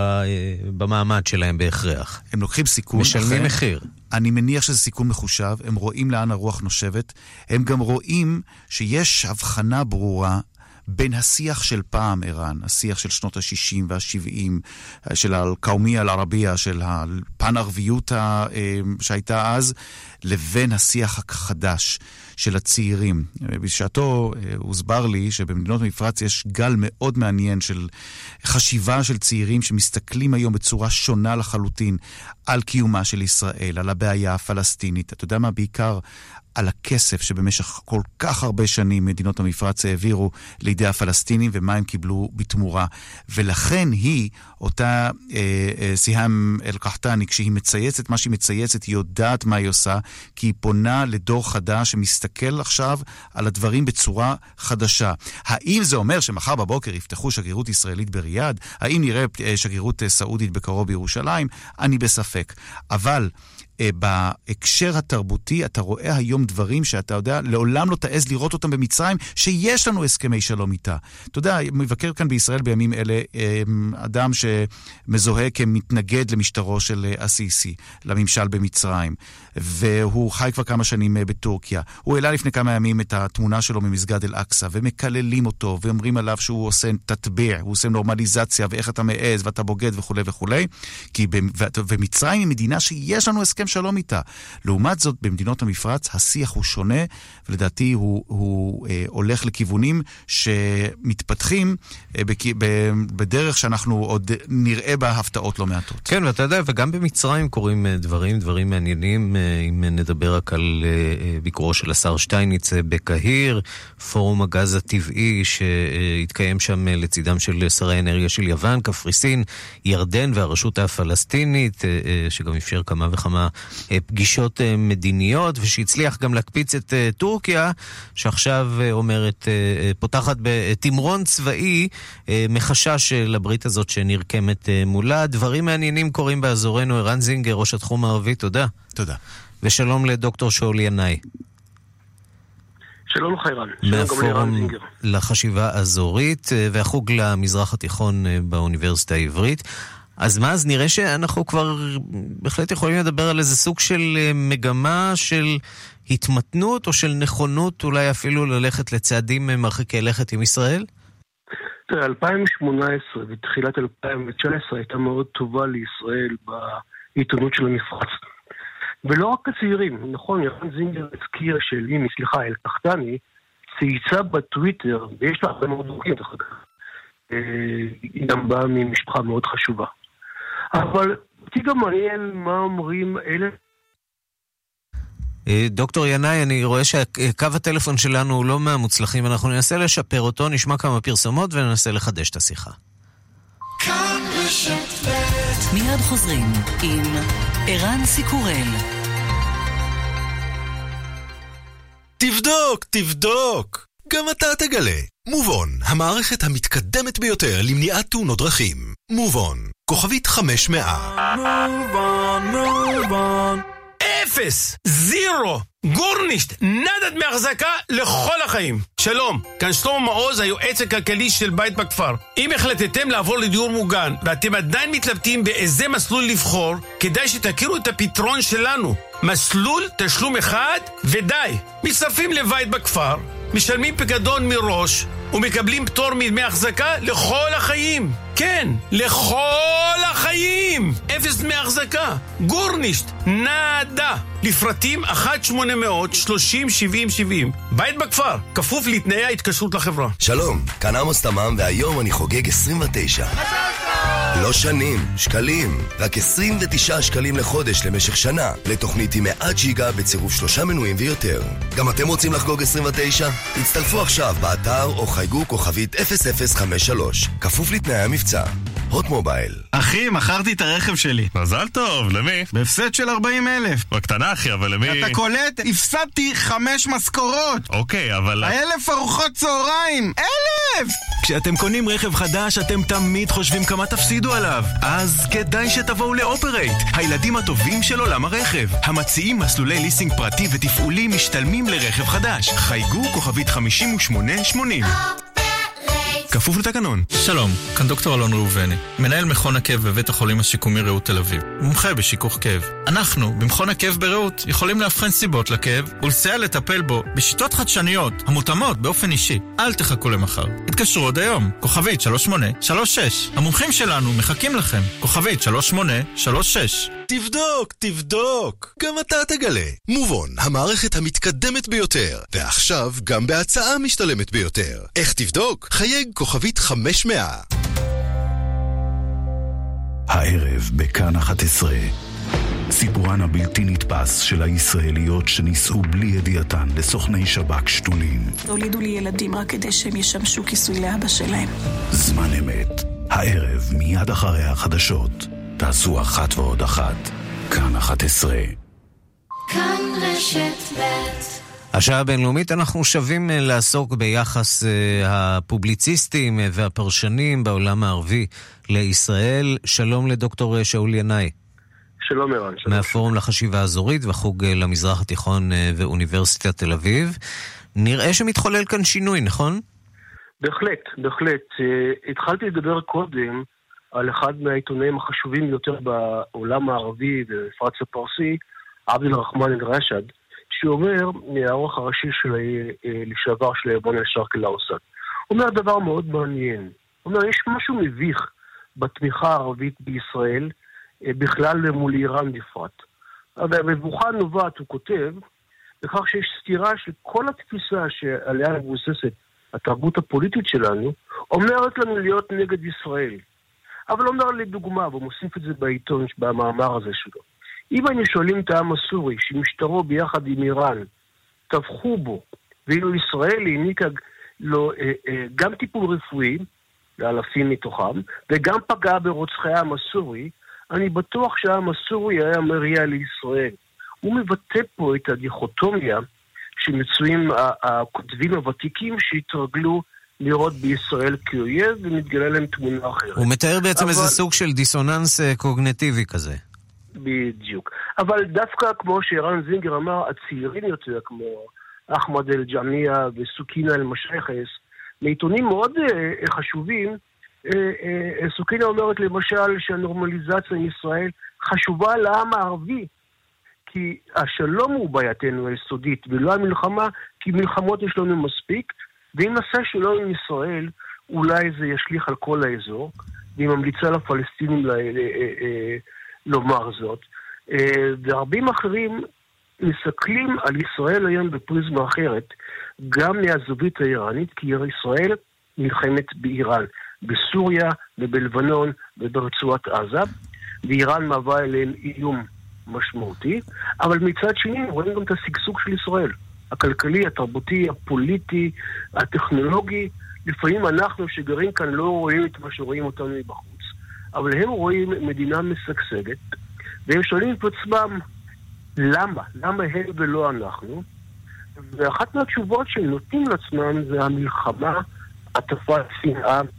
במעמד שלהם בהכרח. הם לוקחים סיכון. משלמים מחיר. אני מניח שזה סיכון מחושב, הם רואים לאן הרוח נושבת, הם גם רואים שיש הבחנה ברורה בין השיח של פעם איראן, השיח של שנות ה-שישים וה-שבעים, של הקאומיה אל-ערבייה, של הפן ערביות שהייתה אז, לבין השיח החדש של הצעירים. בשעתו הוסבר לי שבמדינות המפרץ יש גל מאוד מעניין של חשיבה של צעירים שמסתכלים היום בצורה שונה לחלוטין על קיומה של ישראל, על הבעיה הפלסטינית. אתה יודע מה? בעיקר על הכסף שבמשך כל כך הרבה שנים מדינות המפרץ העבירו לידי הפלסטינים ומה הם קיבלו בתמורה. ולכן היא, אותה אה, אה, סיהם אל-קחטני, כשהיא מצייצת מה שהיא מצייצת, היא יודעת מה היא עושה, כי היא פונה לדור חדש שמסתכל עכשיו על הדברים בצורה חדשה. האם זה אומר שמחר בבוקר יפתחו שגרירות ישראלית בריאד? האם נראה אה, שגרירות אה, סעודית בקרוב בירושלים? אני בספק. אבל בהקשר התרבותי אתה רואה היום דברים שאתה יודע, לעולם לא תעז לראות אותם במצרים, שיש לנו הסכמי שלום איתה. אתה יודע, מבקר כאן בישראל בימים אלה אדם שמזוהה כמתנגד למשטרו של הסיסי, לממשל במצרים, והוא חי כבר כמה שנים בטורקיה. הוא העלה לפני כמה ימים את התמונה שלו ממסגד אל-אקסה, ומקללים אותו, ואומרים עליו שהוא עושה תטביע, הוא עושה נורמליזציה, ואיך אתה מעז, ואתה בוגד וכו' וכו'. כי במצרים היא מדינה שיש לנו הסכם שלום איתה. לעומת זאת, במדינות המפרץ, השיח הוא שונה, ולדעתי הוא, הוא אה, הולך לכיוונים שמתפתחים אה, בק... בדרך שאנחנו עוד נראה בה הפתעות לא מעטות. כן, ואתה יודע, וגם במצרים קוראים דברים, דברים מעניינים, אם נדבר רק על אה, ביקורו של השר שטייניץ בקהיר, פורום הגז הטבעי שהתקיים שם לצידם של שרי האנרגיה של יוון, קפריסין, ירדן והרשות הפלסטינית, אה, אה, שגם אפשר כמה וכמה פגישות מדיניות, ושהצליח גם להקפיץ את טורקיה, שעכשיו אומרת, פותחת בתמרון צבאי, מחשש לברית הזאת שנרקמת מולה. דברים מעניינים קורים באזורנו. ערן זינגר, ראש התחום הערבי, תודה. תודה. ושלום לדוקטור שאול ינאי. שלום חיירן. מהפורום לחשיבה אזורית והחוג למזרח התיכון באוניברסיטה העברית. אז מה, אז נראה שאנחנו כבר בהחלט יכולים לדבר על איזה סוג של מגמה של התמתנות או של נכונות אולי אפילו ללכת לצעדים מרחיקי לכת עם ישראל? תראה, אלפיים שמונה עשרה ותחילת אלפיים תשע עשרה הייתה מאוד טובה לישראל בעיתונות של המפרץ. ולא רק הצעירים, נכון, ירן זינגר הזכיר שלי, סליחה, אל-קחטני, צייצה בטוויטר, ויש לה הרבה מאוד דוקים, אחר כך. היא גם באה ממשפחה מאוד חשובה. אבל אותי גם מעניין מה אומרים אלה. דוקטור ינאי, אני רואה שקו הטלפון שלנו הוא לא מהמוצלחים, אנחנו ננסה לשפר אותו, נשמע כמה פרסומות וננסה לחדש את השיחה. מיד חוזרים עם ערן סיקורל. תבדוק, תבדוק. גם אתה תגלה. מובן, המערכת המתקדמת ביותר למניעת תאונות דרכים. מובון, כוכבית חמש מאה. מובון, מובון. אפס, זירו, גורנישט, נדד מהחזקה לכל החיים. שלום, כאן שלמה מעוז, היועץ הכלכלי של בית בכפר. אם החלטתם לעבור לדיור מוגן ואתם עדיין מתלבטים באיזה מסלול לבחור, כדאי שתכירו את הפתרון שלנו. מסלול תשלום אחד ודי. מצטרפים לבית בכפר, משלמים פקדון מראש ומקבלים פטור מדמי החזקה לכל החיים. כן, לכל החיים. אפס דמי החזקה. גורנישט, נדה. לפרטים אחת שמונה אפס אפס שלושים שבעים שבעים. בית בכפר, כפוף לתנאי ההתקשרות לחברה. שלום, כאן עמוס תמם, והיום אני חוגג עשרים ותשע. לא שנים, שקלים. רק עשרים ותשעה שקלים לחודש למשך שנה, לתוכנית עם מאה ג'יגה בצירוף שלושה מנויים ויותר. גם אתם רוצים לחגוג עשרים ותשע? הצטרפו עכשיו באתר או חייגו כוכבית אפס אפס חמש שלוש. כפוף לתנאי המבצע. הוט מובייל. אחי, מכרתי את הרכב שלי. מזל טוב, למי? בהפסד של ארבעים אלף. בקטנה אחי, אבל למי? אתה קולט? הפסדתי חמש משכורות. אוקיי, אבל... האלף ארוחות צהריים! אלף! כשאתם קונים רכב חדש, אתם תמיד חושבים כמה תפסידו עליו. אז כדאי שתבואו לאופרייט, הילדים הטובים של עולם הרכב. המציעים מסלולי ליסינג פרטי ותפעולי משתלמים לרכב חדש. חייגו כוכבית חמישים ושמונה שמונים. כפוף לתקנון. שלום, כאן דוקטור אלון ראובני, מנהל מכון הכאב בבית החולים השיקומי רעות תל אביב, מומחה בשיכוך כאב. אנחנו, במכון הכאב ברעות, יכולים להבחן סיבות לכאב ולסייע לטפל בו בשיטות חדשניות המותאמות באופן אישי. אל תחכו למחר. התקשרו עוד היום, כוכבית שלוש שמונה שלוש שש. המומחים שלנו מחכים לכם, כוכבית שלוש שמונה שלוש שש. תבדוק, תבדוק. גם אתה תגלה. מובון, המערכת המתקדמת ביותר. ועכשיו גם בהצעה משתלמת ביותר. איך תבדוק? חייג כוכבית חמש מאה. הערב בכאן אחת עשרה. סיפורן הבלתי נתפס של הישראליות שניסו בלי ידיעתן לסוכני שב"כ שתולים. הולידו לי ילדים רק כדי שהם ישמשו כיסוי לאבא שלהם. זמן אמת. הערב מיד אחרי החדשות. תעשו אחת ועוד אחת. כאן אחת עשרה. כאן רשת ב'. השעה הבינלאומית אנחנו שווים לעסוק ביחס הפובליציסטים והפרשנים בעולם הערבי לישראל. שלום לדוקטור שאול ינאי. שלום ערן. מהפורום לחשיבה אזורית וחוג למזרח התיכון ואוניברסיטת תל אביב. נראה שמתחולל כאן שינוי, נכון? בהחלט, בהחלט. התחלתי לדבר קודם על אחד מהעיתונאים החשובים יותר בעולם הערבי ובפרט הפרסי, עבד אל-רחמן אל-רשד, שאומר, מהעורך הראשי של לשעבר של הארגון אל-שרק אל-אוסד, אומר דבר מאוד מעניין. הוא אומר, יש משהו מביך בתמיכה הערבית בישראל, בכלל מול איראן בפרט. אבל המבוכה נובעת, הוא כותב, בכך שיש סתירה של כל התפיסה שעליה מבוססת התרבות הפוליטית שלנו, אומרת לנו להיות נגד ישראל. אבל אומר לדוגמה, והוא מוסיף את זה בעיתון, במאמר הזה שלו. אם היינו שואלים את העם הסורי, שמשטרו ביחד עם איראן, טבחו בו, ואילו ישראל העניקה לו אה, אה, גם טיפול רפואי, לאלפים מתוכם, וגם פגע ברוצחי העם הסורי, אני בטוח שהעם הסורי היה מריע לישראל. הוא מבטא פה את הדיכוטומיה שמצויים הכותבים הוותיקים שהתרגלו לראות בישראל כאויב ומתגלה להם תמונה אחרת. הוא מתאר בעצם אבל... איזה סוג של דיסוננס קוגניטיבי כזה. בדיוק. אבל דווקא כמו שערן זינגר אמר, הצעירים יותר כמו אחמד אל-ג'מיה וסוקינה אל-משייחס, לעיתונים מאוד uh, חשובים, uh, uh, סוקינה אומרת למשל שהנורמליזציה עם ישראל חשובה לעם הערבי, כי השלום הוא בעייתנו היסודית ולא המלחמה, כי מלחמות יש לנו מספיק, ואם נעשה שלום עם ישראל, אולי זה ישליך על כל האזור, והיא ממליצה לפלסטינים ל... לומר זאת. והרבים אחרים מסתכלים על ישראל היום בפריזמה אחרת, גם מהזווית האיראנית, כי ישראל נלחמת באיראן, בסוריה ובלבנון וברצועת עזה, ואיראן מהווה אליהם איום משמעותי, אבל מצד שני רואים גם את השגשוג של ישראל, הכלכלי, התרבותי, הפוליטי, הטכנולוגי. לפעמים אנחנו שגרים כאן לא רואים את מה שרואים אותנו מבחוץ, אבל הם רואים מדינה משגשגת, והם שואלים את עצמם, למה? למה הם ולא אנחנו? ואחת מהתשובות שהם נותנים לעצמם זה המלחמה, הטפת שנאה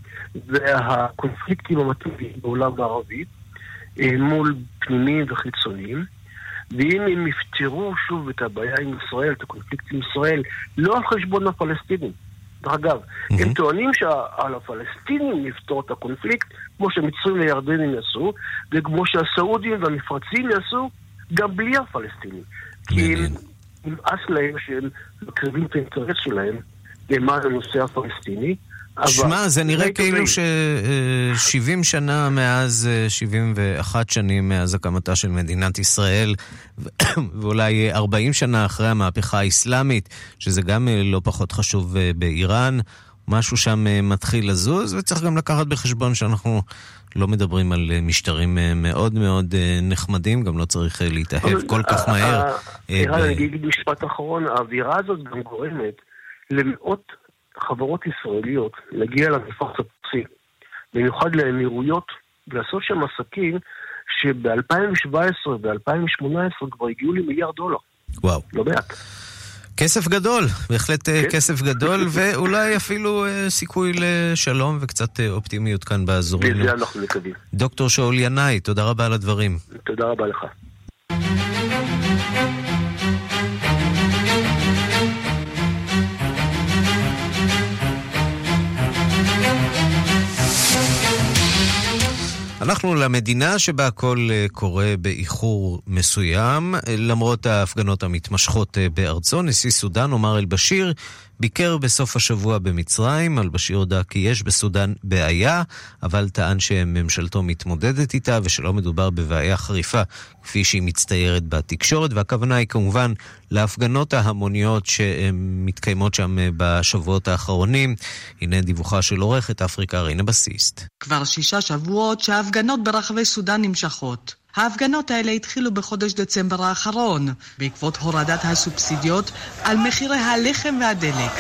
והקונפליקטים המתאימים בעולם הערבי, מול פנימיים וחיצוניים, ואם הם יפתרו שוב את הבעיה עם ישראל, את הקונפליקט עם ישראל, לא על חשבון הפלסטינים. אגב, mm-hmm. הם טוענים שעל הפלסטינים לפתור את הקונפליקט, כמו שמצרים לירדנים יעשו, וכמו שהסעודים והמפרצים יעשו, גם בלי הפלסטינים. כי הם נמאס להם שהם מקריבים את האינטרס שלהם למען הנושא הפלסטיני. שמע, זה נראה כאילו ש-שבעים שנה מאז, שבעים ואחת שנים מאז הקמתה של מדינת ישראל, ואולי ארבעים שנה אחרי המהפכה האסלאמית, שזה גם לא פחות חשוב באיראן, משהו שם מתחיל לזוז, וצריך גם לקחת בחשבון שאנחנו לא מדברים על משטרים מאוד מאוד נחמדים, גם לא צריך להתאהב כל כך מהר. איראן, אני אגיד משפט אחרון, האווירה הזאת גם גורמת למאות חברות ישראליות להגיע למפרץ הפרסי, במיוחד לאמירויות, ולעשות שם עסקים שב-אלפיים שבע עשרה ו-אלפיים שמונה עשרה כבר הגיעו למיליארד דולר. וואו. לא מעט. כסף גדול, בהחלט כן. כסף גדול, ואולי אפילו סיכוי לשלום וקצת אופטימיות כאן באזורים. וזה אנחנו מקווים. דוקטור שאול ינאי, תודה רבה על הדברים. תודה רבה לך. אנחנו למדינה שבה הכל קורה באיחור מסוים, למרות ההפגנות המתמשכות בארצו. נשיא סודן עומר אל-בשיר ביקר בסוף השבוע במצרים. אל-בשיר הודע כי יש בסודן בעיה, אבל טען שממשלתו מתמודדת איתה ושלא מדובר בבעיה חריפה כפי שהיא מצטיירת בתקשורת, והכוונה היא כמובן להפגנות ההמוניות שמתקיימות שם בשבועות האחרונים. הנה דיווחה של עורכת אפריקה רינה בסיסט. כבר שישה שבועות שההפגנות ברחבי סודן נמשכות. ההפגנות האלה התחילו בחודש דצמבר האחרון, בעקבות הורדת הסובסידיות על מחירי הלחם והדלק.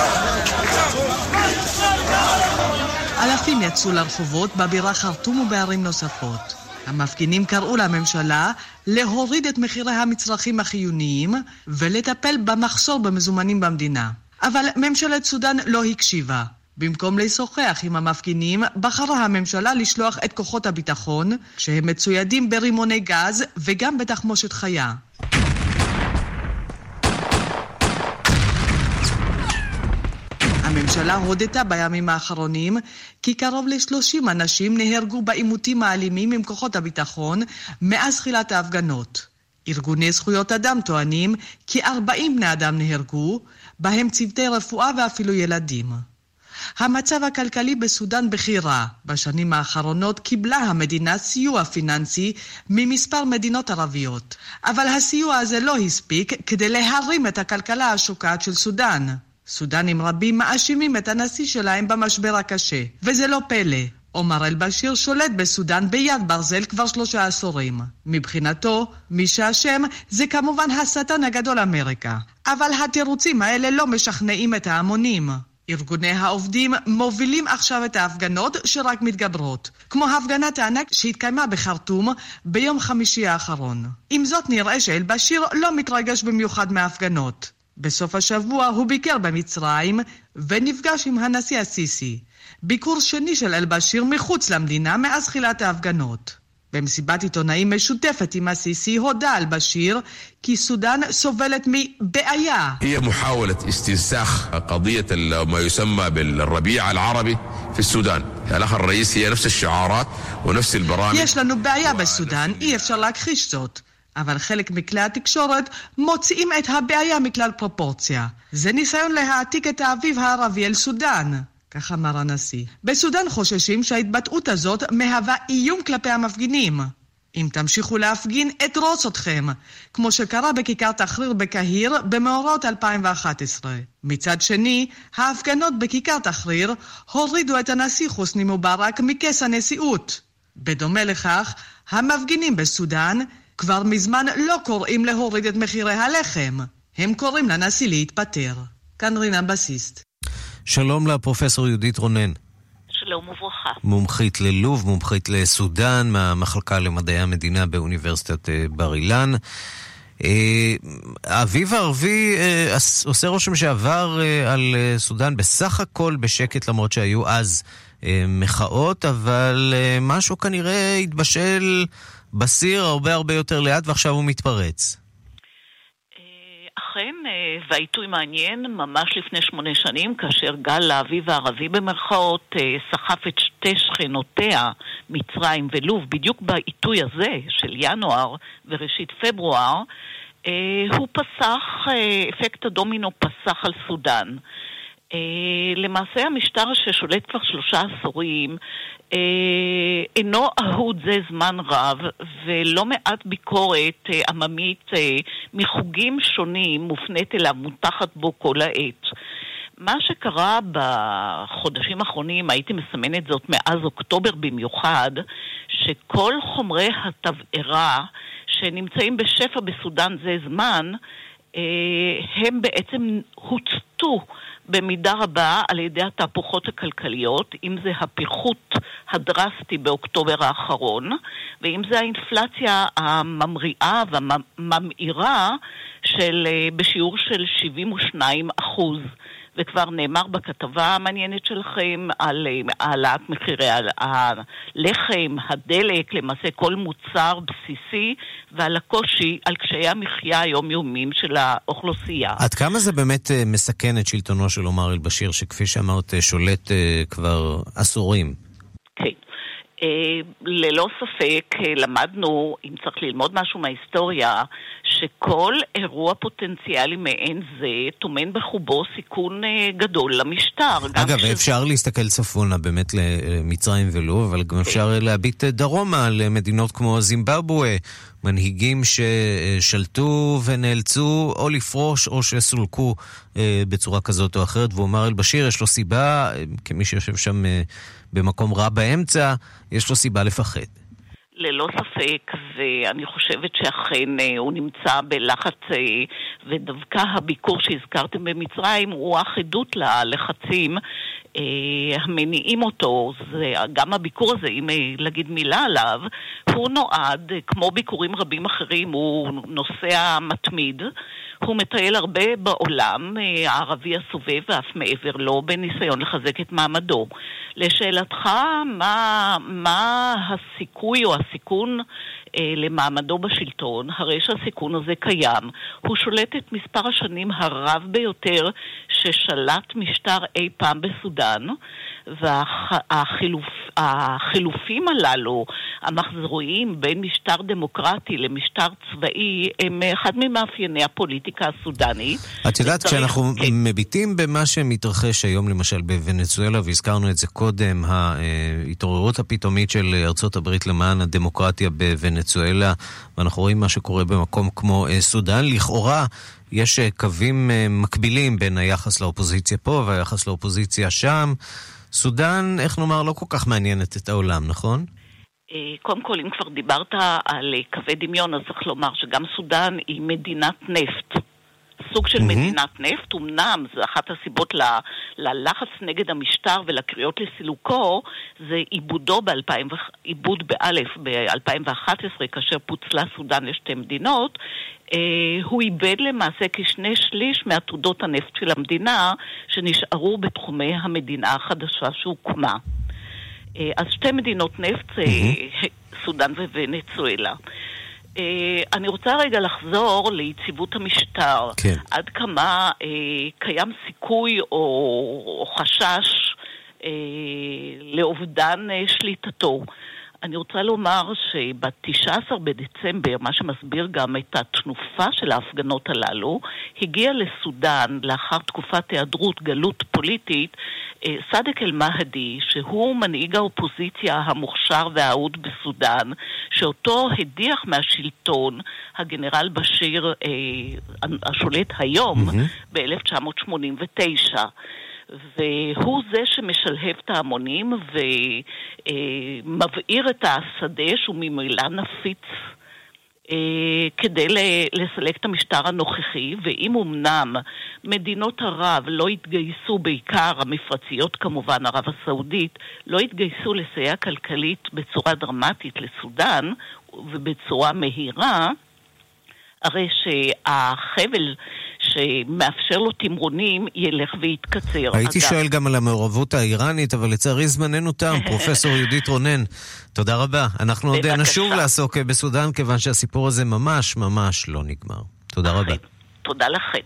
אלפים יצאו לרחובות בבירה חרטום ובערים נוספות. המפגינים קראו לממשלה להוריד את מחירי המצרכים החיוניים ולטפל במחסור במזומנים במדינה. אבל ממשלת סודן לא הקשיבה. במקום לשוחח עם המפגינים, בחרה הממשלה לשלוח את כוחות הביטחון, שהם מצוידים ברימוני גז וגם בתחמושת חיה. הממשלה הודתה בימים האחרונים כי קרוב ל-שלושים אנשים נהרגו בעימותים האלימים עם כוחות הביטחון מאז תחילת ההפגנות. ארגוני זכויות אדם טוענים כי ארבעים בני אדם נהרגו, בהם צוותי רפואה ואפילו ילדים. המצב הכלכלי בסודן בכי רע. בשנים האחרונות קיבלה המדינה סיוע פיננסי ממספר מדינות ערביות. אבל הסיוע הזה לא הספיק כדי להרים את הכלכלה השוקעת של סודן. סודנים רבים מאשימים את הנשיא שלהם במשבר הקשה. וזה לא פלא. עומר אל-בשיר שולט בסודן ביד ברזל כבר שלושה עשורים. מבחינתו, מי שאשם זה כמובן השטן הגדול אמריקה. אבל התירוצים האלה לא משכנעים את ההמונים. ארגוני העובדים מובילים עכשיו את ההפגנות שרק מתגברות, כמו הפגנת הענק שהתקיימה בחרטום ביום חמישי האחרון. עם זאת נראה שאל-בשיר לא מתרגש במיוחד מההפגנות. בסוף השבוע הוא ביקר במצרים ונפגש עם הנשיא הסיסי. ביקור שני של אל-בשיר מחוץ למדינה מאז תחילת ההפגנות. במסיבת עיתונאים משותפת עם הסיסי הודע אל-בשיר כי סודן סובלת מבעיה. هي محاولة استنساخ قضية ما يسمى بالربيع العربي في السودان. الأخ الرئيس هي نفس الشعارات ونفس البرامج. יש לנו בעיה בסודן, אי אפשר להכחיש זאת. אבל חלק מכלי התקשורת מוציאים את הבעיה מכלל פרופורציה. זה ניסיון להעתיק את האביב הערבי אל סודן. כך אמר הנשיא. בסודן חוששים שההתבטאות הזאת מהווה איום כלפי המפגינים. אם תמשיכו להפגין, אדרוס אתכם, כמו שקרה בכיכר תחריר בקהיר במאורעות אלפיים ואחת עשרה. מצד שני, ההפגנות בכיכר תחריר הורידו את הנשיא חוסני מובארק מכס הנשיאות. בדומה לכך, המפגינים בסודן כבר מזמן לא קוראים להוריד את מחירי הלחם. הם קוראים לנשיא להתפטר. כאן רינה בסיסט. שלום לפרופסור יהודית רונן. שלום וברכה. מומחית ללוב, מומחית לסודן, מהמחלקה למדעי המדינה באוניברסיטת בר אילן. האביב הערבי עושה רושם שעבר על סודן בסך הכל בשקט, למרות שהיו אז מחאות, אבל משהו כנראה התבשל בסיר הרבה הרבה יותר לאט ועכשיו הוא מתפרץ. אכן, והעיתוי מעניין, ממש לפני שמונה שנים, כאשר גל האביב הערבי במרכאות סחף את שתי שכנותיה, מצרים ולוב, בדיוק בעיתוי הזה של ינואר וראשית פברואר, הוא פסח, אפקט הדומינו פסח על סודן. למעשה המשטר ששולט כבר שלושה עשורים אינו אהוד זה זמן רב, ולא מעט ביקורת עממית מחוגים שונים מופנית אליו, מותחת בו כל העת. מה שקרה בחודשים האחרונים, הייתי מסמנת זאת מאז אוקטובר במיוחד, שכל חומרי התבערה שנמצאים בשפע בסודן זה זמן, הם בעצם הוצתו במידה רבה על ידי התהפוכות הכלכליות, אם זה הפיחות הדרסטי באוקטובר האחרון, ואם זה האינפלציה הממריאה והממאירה של, בשיעור של שבעים ושניים אחוז. וכבר נאמר בכתבה המעניינת שלכם על העלאת מחירי הלחם, הדלק, למעשה כל מוצר בסיסי, ועל הקושי, על קשיי המחיה היומיומיים של האוכלוסייה. עד כמה זה באמת מסכן את שלטונו של עומר אל-בשיר, שכפי שאמרת שולט כבר עשורים? כן. ללא ספק למדנו, אם צריך ללמוד משהו מההיסטוריה, שכל אירוע פוטנציאלי מעין זה טומן בחובו סיכון גדול למשטר. אגב, אפשר להסתכל צפונה באמת למצרים ולוב, אבל גם אפשר להביט דרומה על מדינות כמו זימבבואה, מנהיגים ששלטו ונאלצו או לפרוש או שסולקו בצורה כזאת או אחרת, ועומר אל-בשיר יש לו סיבה, כמי שיושב שם במקום רע באמצע, יש לו סיבה לפחד. ללא ספק, ואני חושבת שאכן הוא נמצא בלחץ, ודווקא הביקור שהזכרתם במצרים הוא החידות ללחצים המניעים אותו. זה, גם הביקור הזה, אם להגיד מילה עליו, הוא נועד, כמו ביקורים רבים אחרים, הוא נוסע מתמיד, הוא מטייל הרבה בעולם הערבי הסובב ואף מעבר לו, בניסיון לחזק את מעמדו. לשאלתך, מה, מה הסיכוי או הסיכון אה, למעמדו בשלטון? הרי שהסיכון הזה קיים. הוא שולט את מספר השנים הרב ביותר ששלט משטר אי פעם בסודן, והחילופים הללו, המחזוריים בין משטר דמוקרטי למשטר צבאי, הם אחד ממאפייני הפוליטיקה הסודנית. את יודעת, כשאנחנו מביטים במה שמתרחש היום למשל בוונצואלה, והזכרנו את זה קודם, ההתעוררות הפתאומית של ארצות הברית למען הדמוקרטיה בוונצואלה, ואנחנו רואים מה שקורה במקום כמו סודן, לכאורה יש קווים מקבילים בין היחס לאופוזיציה פה והיחס לאופוזיציה שם. סודן, איך נאמר, לא כל כך מעניינת את העולם, נכון? קודם כל, אם כבר דיברת על קווי דמיון, אז צריך לומר שגם סודן היא מדינת נפט. סוג של מדינת נפט, אמנם זה אחת הסיבות ל, ללחץ נגד המשטר ולקריאות לסילוקו, זה עיבודו ב-אלפיים, עיבוד באלף ב-אלפיים ואחת עשרה, כאשר פוצלה סודן לשתי מדינות, אה, הוא איבד למעשה כשני שליש מעתודות הנפט של המדינה, שנשארו בתחומי המדינה החדשה שהוקמה. אה, אז שתי מדינות נפט, mm-hmm. סודן וונצואלה. Uh, אני רוצה רגע לחזור ליציבות המשטר. כן. עד כמה uh, קיים סיכוי או, או חשש uh, לאובדן uh, שליטתו. אני רוצה לומר שב-תשעה עשר בדצמבר, מה שמסביר גם את התנופה של ההפגנות הללו, הגיע לסודן לאחר תקופת היעדרות גלות פוליטית, סאדק אל-מהדי, שהוא מנהיג האופוזיציה המוכשר והאהוד בסודן, שאותו הדיח מהשלטון הגנרל בשיר, השולט היום, mm-hmm. ב-אלף תשע מאות שמונים ותשע. והוא זה שמשלהב את ההמונים ומבעיר את השדה שהוא ממילא נפיץ כדי לסלק את המשטר הנוכחי. ואם אמנם מדינות ערב לא התגייסו, בעיקר המפרציות כמובן, ערב הסעודית, לא התגייסו לסייע כלכלית בצורה דרמטית לסודן ובצורה מהירה, הרי שהחבל שמאפשר לו תמרונים ילך ויתקצר. הייתי אגב. שואל גם על המעורבות האיראנית, אבל לצערי זמננו תם. פרופסור יהודית רונן, תודה רבה. אנחנו עוד נשוב לעסוק בסודן, כיוון שהסיפור הזה ממש ממש לא נגמר. תודה רבה. תודה לכם.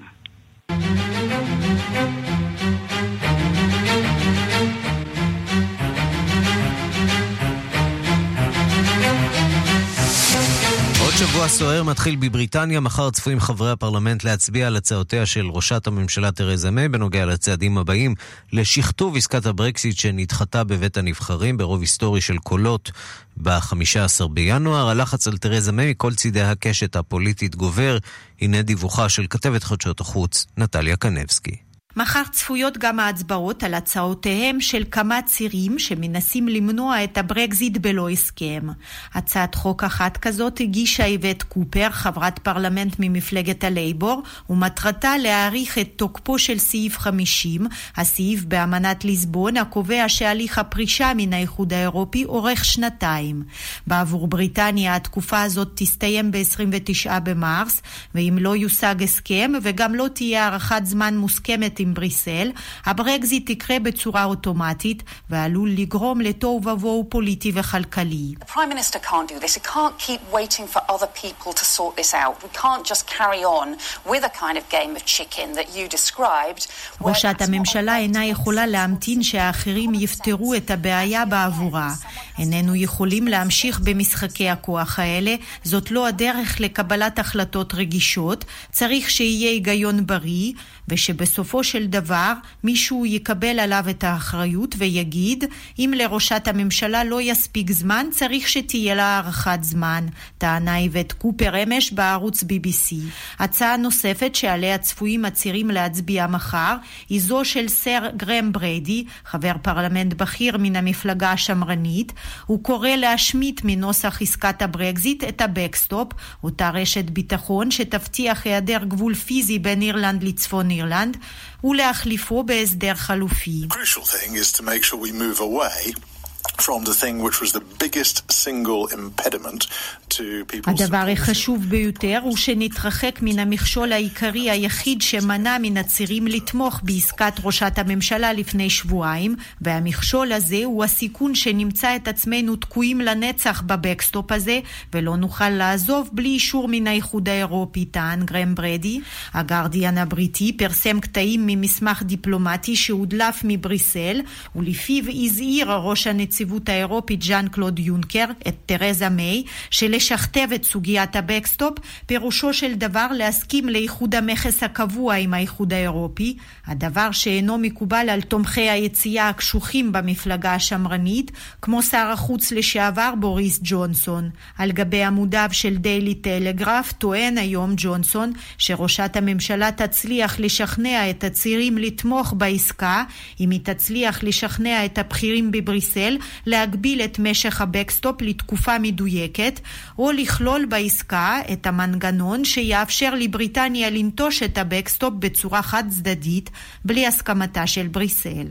שבוע סוער מתחיל בבריטניה. מחר צפויים חברי הפרלמנט להצביע על הצעותיה של ראשת הממשלה תרזה מיי בנוגע לצעדים הבאים לשכתוב עסקת הברקסיט שנדחתה בבית הנבחרים ברוב היסטורי של קולות ב-חמישה עשר בינואר. הלחץ על תרזה מיי מכל צידי הקשת הפוליטית גובר. הנה דיווחה של כתבת חדשות החוץ נטליה קנבסקי. מחר צפויות גם ההצבעות על הצעותיהם של כמה צירים שמנסים למנוע את הברקזיט בלא הסכם. הצעת חוק אחת כזאת הגישה איווט קופר, חברת פרלמנט ממפלגת הלייבור, ומטרתה להאריך את תוקפו של סעיף חמישים, הסעיף באמנת ליסבון הקובע שהליך הפרישה מן האיחוד האירופי אורך שנתיים. בעבור בריטניה התקופה הזאת תסתיים ב-עשרים ותשעה במרס, ואם לא יושג הסכם וגם לא תהיה הארכת זמן מוסכמת עם בריסל, הברקזיט יקרה בצורה אוטומטית ועלול לגרום לתוהו ובוהו פוליטי וכלכלי. The Prime Minister can't do this. He can't keep waiting for other people to sort this out. We can't just carry on with a kind of game of chicken that you described. ראשת הממשלה אינה יכולה להמתין שהאחרים יפתרו את הבעיה בעבורה. איננו יכולים להמשיך במשחקי הכוח האלה. זאת לא הדרך לקבלת החלטות רגישות. צריך שיהיה היגיון בריא, ושבסופו של דבר מישהו יקבל עליו את האחריות ויגיד, אם לראשת הממשלה לא יספיק זמן, צריך שתהיה לה הארכת זמן. טענה איווט קופר אמש בערוץ בי בי סי. הצעה נוספת שעליה צפויים הצירים להצביע מחר, היא זו של סר גרם בריידי, חבר פרלמנט בכיר מן המפלגה השמרנית. הוא קורא להשמיט מנוסח עסקת הברקזיט את הבקסטופ, אותה רשת ביטחון שתבטיח היעדר גבול פיזי בין אירלנד לצפון אירלנד, ולהחליפו בהסדר חלופי. The crucial thing is to make sure we move away from the thing which was the biggest single impediment to people's... הדבר החשוב ביותר הוא שנתרחק מן המכשול העיקרי היחיד שמנע מן הצירים לתמוך בעסקת ראשת הממשלה לפני שבועיים, והמכשול הזה הוא הסיכון שנמצא את עצמנו תקועים לנצח בבקסטופ הזה, ולא נוכל לעזוב בלי אישור מן האיחוד האירופי, טען גרם בריידי. הגרדיאן הבריטי פרסם קטעים ממסמך דיפלומטי שהודלף מבריסל, ולפיו הזהיר ראש הנציבות האירופית ז'אן קלוד יונקר את תרזה מיי שלשכתב את סוגיית הבקסטופ פירושו של דבר להסכים לאיחוד המכס הקבוע עם האיחוד האירופי, הדבר שאינו מקובל על תומכי היציאה הקשוחים במפלגה השמרנית, כמו שר החוץ לשעבר בוריס ג'ונסון. על גבי עמודיו של דיילי טלגרף טוען היום ג'ונסון שראשת הממשלה תצליח לשכנע את הצירים לתמוך בעסקה, אם היא תצליח לשכנע את הבכירים בבריסל להגביל את משך הבקסטופ לתקופה מדויקת, או לכלול בעסקה את המנגנון שיאפשר לבריטניה לנטוש את הבקסטופ בצורה חד צדדית, בלי הסכמתה של בריסל.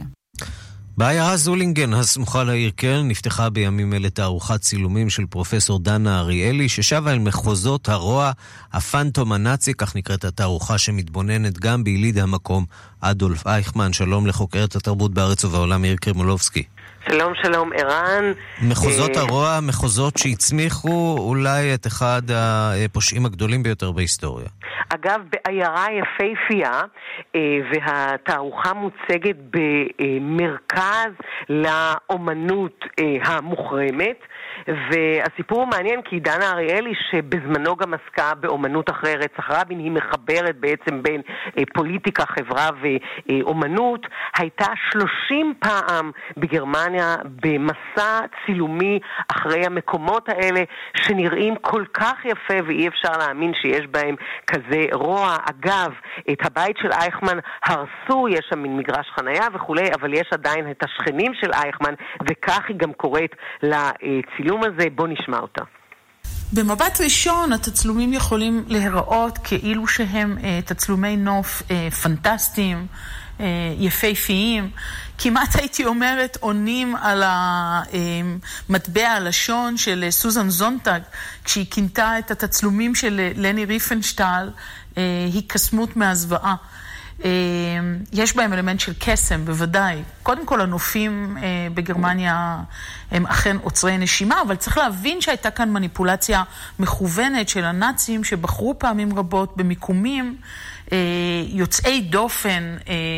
בעיירה זולינגן, הסמוכה לעיר קלן, נפתחה בימים אלה תערוכת צילומים של פרופסור דנה אריאלי, ששבה אל מחוזות הרוע הפנטום הנאצי, כך נקראת התערוכה שמתבוננת גם ביליד המקום אדולף אייכמן. שלום לחוקרת התרבות בארץ ובעולם עיר קרימולובסקי. שלום שלום ערן. מחוזות הרוע, מחוזות שהצמיחו אולי את אחד הפושעים הגדולים ביותר בהיסטוריה. אגב, בעיירה יפהפייה, והתערוכה מוצגת במרכז לאומנות המוחרמת, והסיפור הוא מעניין כי דנה אריאלי, שבזמנו גם עסקה באומנות אחרי רצח רבין, היא מחברת בעצם בין פוליטיקה, חברה ואומנות, הייתה שלושים פעם בגרמניה במסע צילומי אחרי המקומות האלה שנראים כל כך יפה ואי אפשר להאמין שיש בהם כזה רוע. אגב, את הבית של אייכמן הרסו, יש שם מין מגרש חנייה וכולי, אבל יש עדיין את השכנים של אייכמן, וכך היא גם קוראת לצילום הזה. בוא נשמע אותה. במבט ראשון התצלומים יכולים להיראות כאילו שהם תצלומי נוף פנטסטיים, יפהפיים, כמעט הייתי אומרת עונים על המטבע הלשון של סוזן זונטג כשהיא כינתה את התצלומים של לני ריפנשטל היא קסמות מהזוועה. יש בהם אלמנט של קסם, בוודאי. קודם כל, הנופים בגרמניה הם אכן עוצרי נשימה, אבל צריך להבין שהייתה כאן מניפולציה מכוונת של הנאצים, שבחרו פעמים רבות במיקומים יוצאי דופן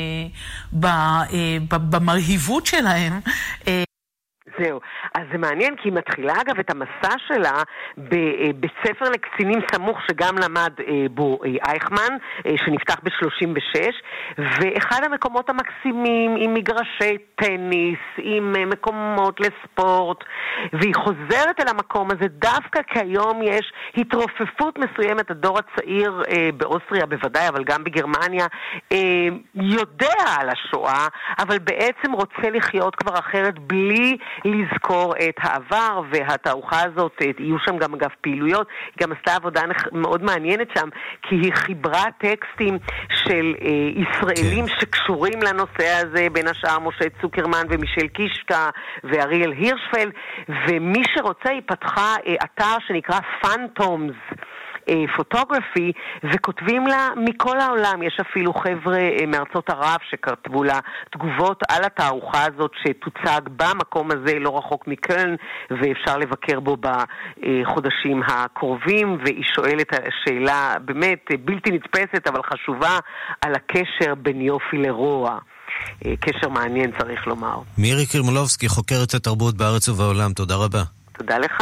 במרהיבות שלהם. זהו. אז זה מעניין, כי היא מתחילה אגב את המסע שלה בבית ספר לקצינים סמוך שגם למד בו אייכמן, שנפתח ב-שלושים ושש, ואחד המקומות המקסימים עם מגרשי טניס, עם מקומות לספורט, והיא חוזרת אל המקום הזה דווקא כי היום יש התרופפות מסוימת. הדור הצעיר באוסטריה בוודאי, אבל גם בגרמניה, יודע על השואה, אבל בעצם רוצה לחיות כבר אחרת בלי לזכור את העבר, והתערוכה הזאת, יהיו שם גם אגב פעילויות, היא גם עשתה עבודה מאוד מעניינת שם, כי היא חיברה טקסטים של אה, ישראלים כן. שקשורים לנושא הזה, בין השאר משה צוקרמן ומישל קישקה ואריאל הירשפלד, ומי שרוצה היא פתחה אה, אתר שנקרא פנטומס, פוטוגרפי, וכותבים לה מכל העולם. יש אפילו חבר'ה מארצות ערב שכתבו לה תגובות על התערוכה הזאת שתוצג במקום הזה לא רחוק מקלן, ואפשר לבקר בו בחודשים הקרובים. והיא שואלת שאלה באמת בלתי נתפסת אבל חשובה על הקשר בין יופי לרוע. קשר מעניין צריך לומר. מירי קרימולובסקי, חוקרת התרבות בארץ ובעולם, תודה רבה. תודה לך.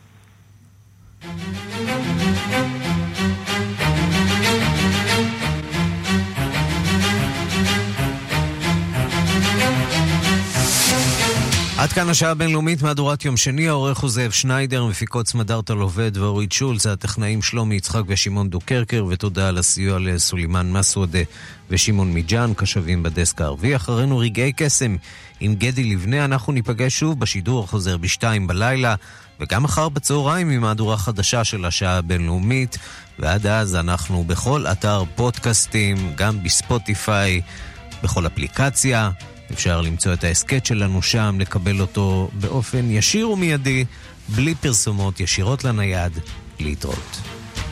עד כאן השעה הבינלאומית, מהדורת יום שני. העורך הוא זאב שניידר, מפיקות סמדרת עובד ואורית שולץ, הטכנאים שלומי יצחק ושמעון דוקרקר, ותודה על הסיוע לסולימן מסעודה ושמעון מיג'אן, קשבים בדסק הערבי. אחרינו רגעי קסם עם גדי לבנה. אנחנו ניפגש שוב בשידור החוזר בשתיים בלילה, וגם מחר בצהריים עם מהדורה חדשה של השעה הבינלאומית. ועד אז אנחנו בכל אתר פודקאסטים, גם בספוטיפיי, בכל אפליקציה. אפשר למצוא את העסקט שלנו שם, לקבל אותו באופן ישיר ומיידי, בלי פרסומות, ישירות לנייד, להתראות.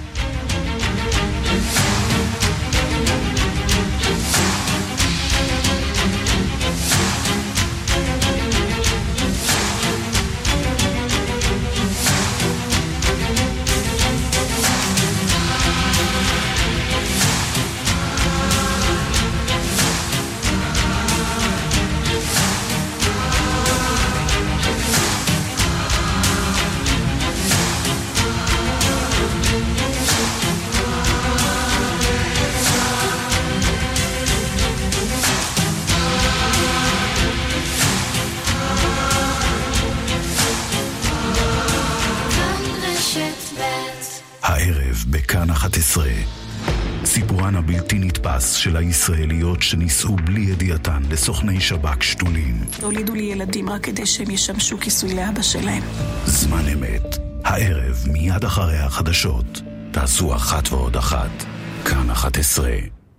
בכאן אחת עשרה, סיפורן הבלתי נתפס של הישראליות שניסו בלי ידיעתן לסוכני שב"כ שתולים. הולידו לי ילדים רק כדי שהם ישמשו כיסוי לאבא שלהם. זמן אמת, הערב מיד אחרי החדשות. תעשו אחת ועוד אחת, כאן אחת עשרה.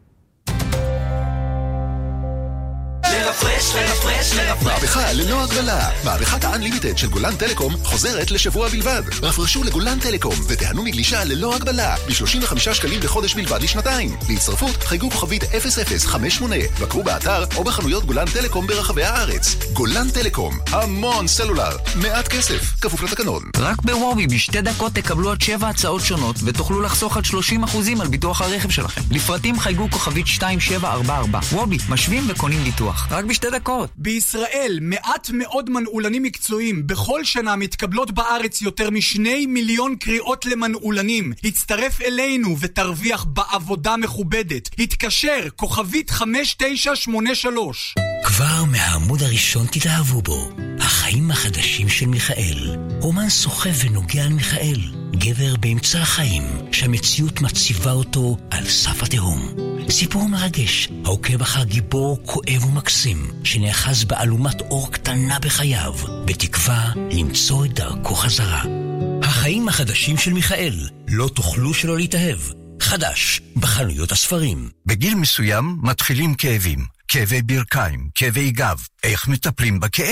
לרפרש, לרפרש, לרפרש. מהפכה ללא הגבלה. מהפכת האנלימיטד של גולן טלקום חוזרת לשבוע בלבד. רפרשו לגולן טלקום ותיהנו מגלישה ללא הגבלה ב-שלושים וחמישה שקלים בחודש בלבד לשנתיים. להצטרפות חייגו כוכבית אפס אפס חמש שמונה. בקרו באתר או בחנויות גולן טלקום ברחבי הארץ. גולן טלקום, המון סלולר, מעט כסף, כפוף לתקנון. רק בוובי בשתי דקות תקבלו עד שבע הצעות שונות ותוכלו לחסוך עד שלושים אחוזים על ביטוח הרכב שלכם. לפרטים חייגו כוכבית שתיים שבע ארבע ארבע. וובי, משווים וקונים ביטוח. רק בשתי דקות. בישראל מעט מאוד מנעולנים מקצועיים. בכל שנה מתקבלות בארץ יותר משני מיליון קריאות למנעולנים. הצטרף אלינו ותרוויח בעבודה מכובדת. התקשר כוכבית חמש תשע שמונה שלוש. כבר מהעמוד הראשון תתאהבו בו. החיים החדשים של מיכאל. רומן סוחב ונוגע על מיכאל. גבר באמצע החיים, שהמציאות מציבה אותו על סף התהום. סיפור מרגש, העוקב אחר גיבור כואב ומקסים, שנאחז באלומת אור קטנה בחייו, בתקווה למצוא את דרכו חזרה. החיים החדשים של מיכאל, לא תוכלו שלא להתאהב. חדש, בחנויות הספרים. בגיל מסוים מתחילים כאבים, כאבי ברכיים, כאבי גב. איך מטפלים בכאב?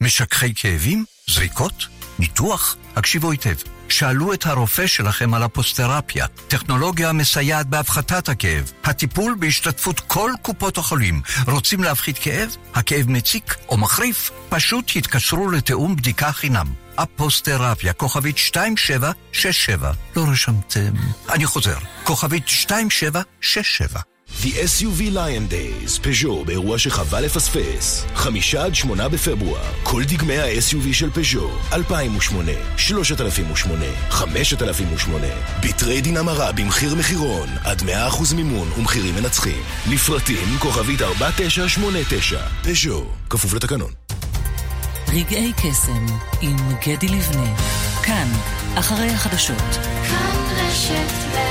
משככי כאבים? זריקות? ניתוח? הקשיבו היטב. שאלו את הרופא שלכם על הפוסטרפיה, טכנולוגיה מסייעת בהפחתת הכאב. הטיפול בהשתתפות כל קופות החולים. רוצים להפחית כאב? הכאב מציק או מחריף? פשוט התקשרו לתאום בדיקה חינם. הפוסטרפיה, כוכבית שתיים שבע שש שבע. לא רשמתם? אני חוזר. כוכבית שתיים שבע שש שבע. The אס יו וי Lion Days, פז'ו, באירוע שחבל לפספס. חמישה עד שמונה בפברואר, כל דגמי ה-אס יו וי של פז'ו, אלפיים ושמונה, שלושת אלפים ושמונה, חמשת אלפים ושמונה. ביטריידין המרה במחיר מחירון, עד מאה אחוז מימון ומחירים מנצחים. לפרטים, כוכבית ארבע תשע שמונה תשע. פז'ו, כפוף לתקנון. רגעי קסם עם גדי לבנה. כאן, אחרי החדשות. כאן רשת ב'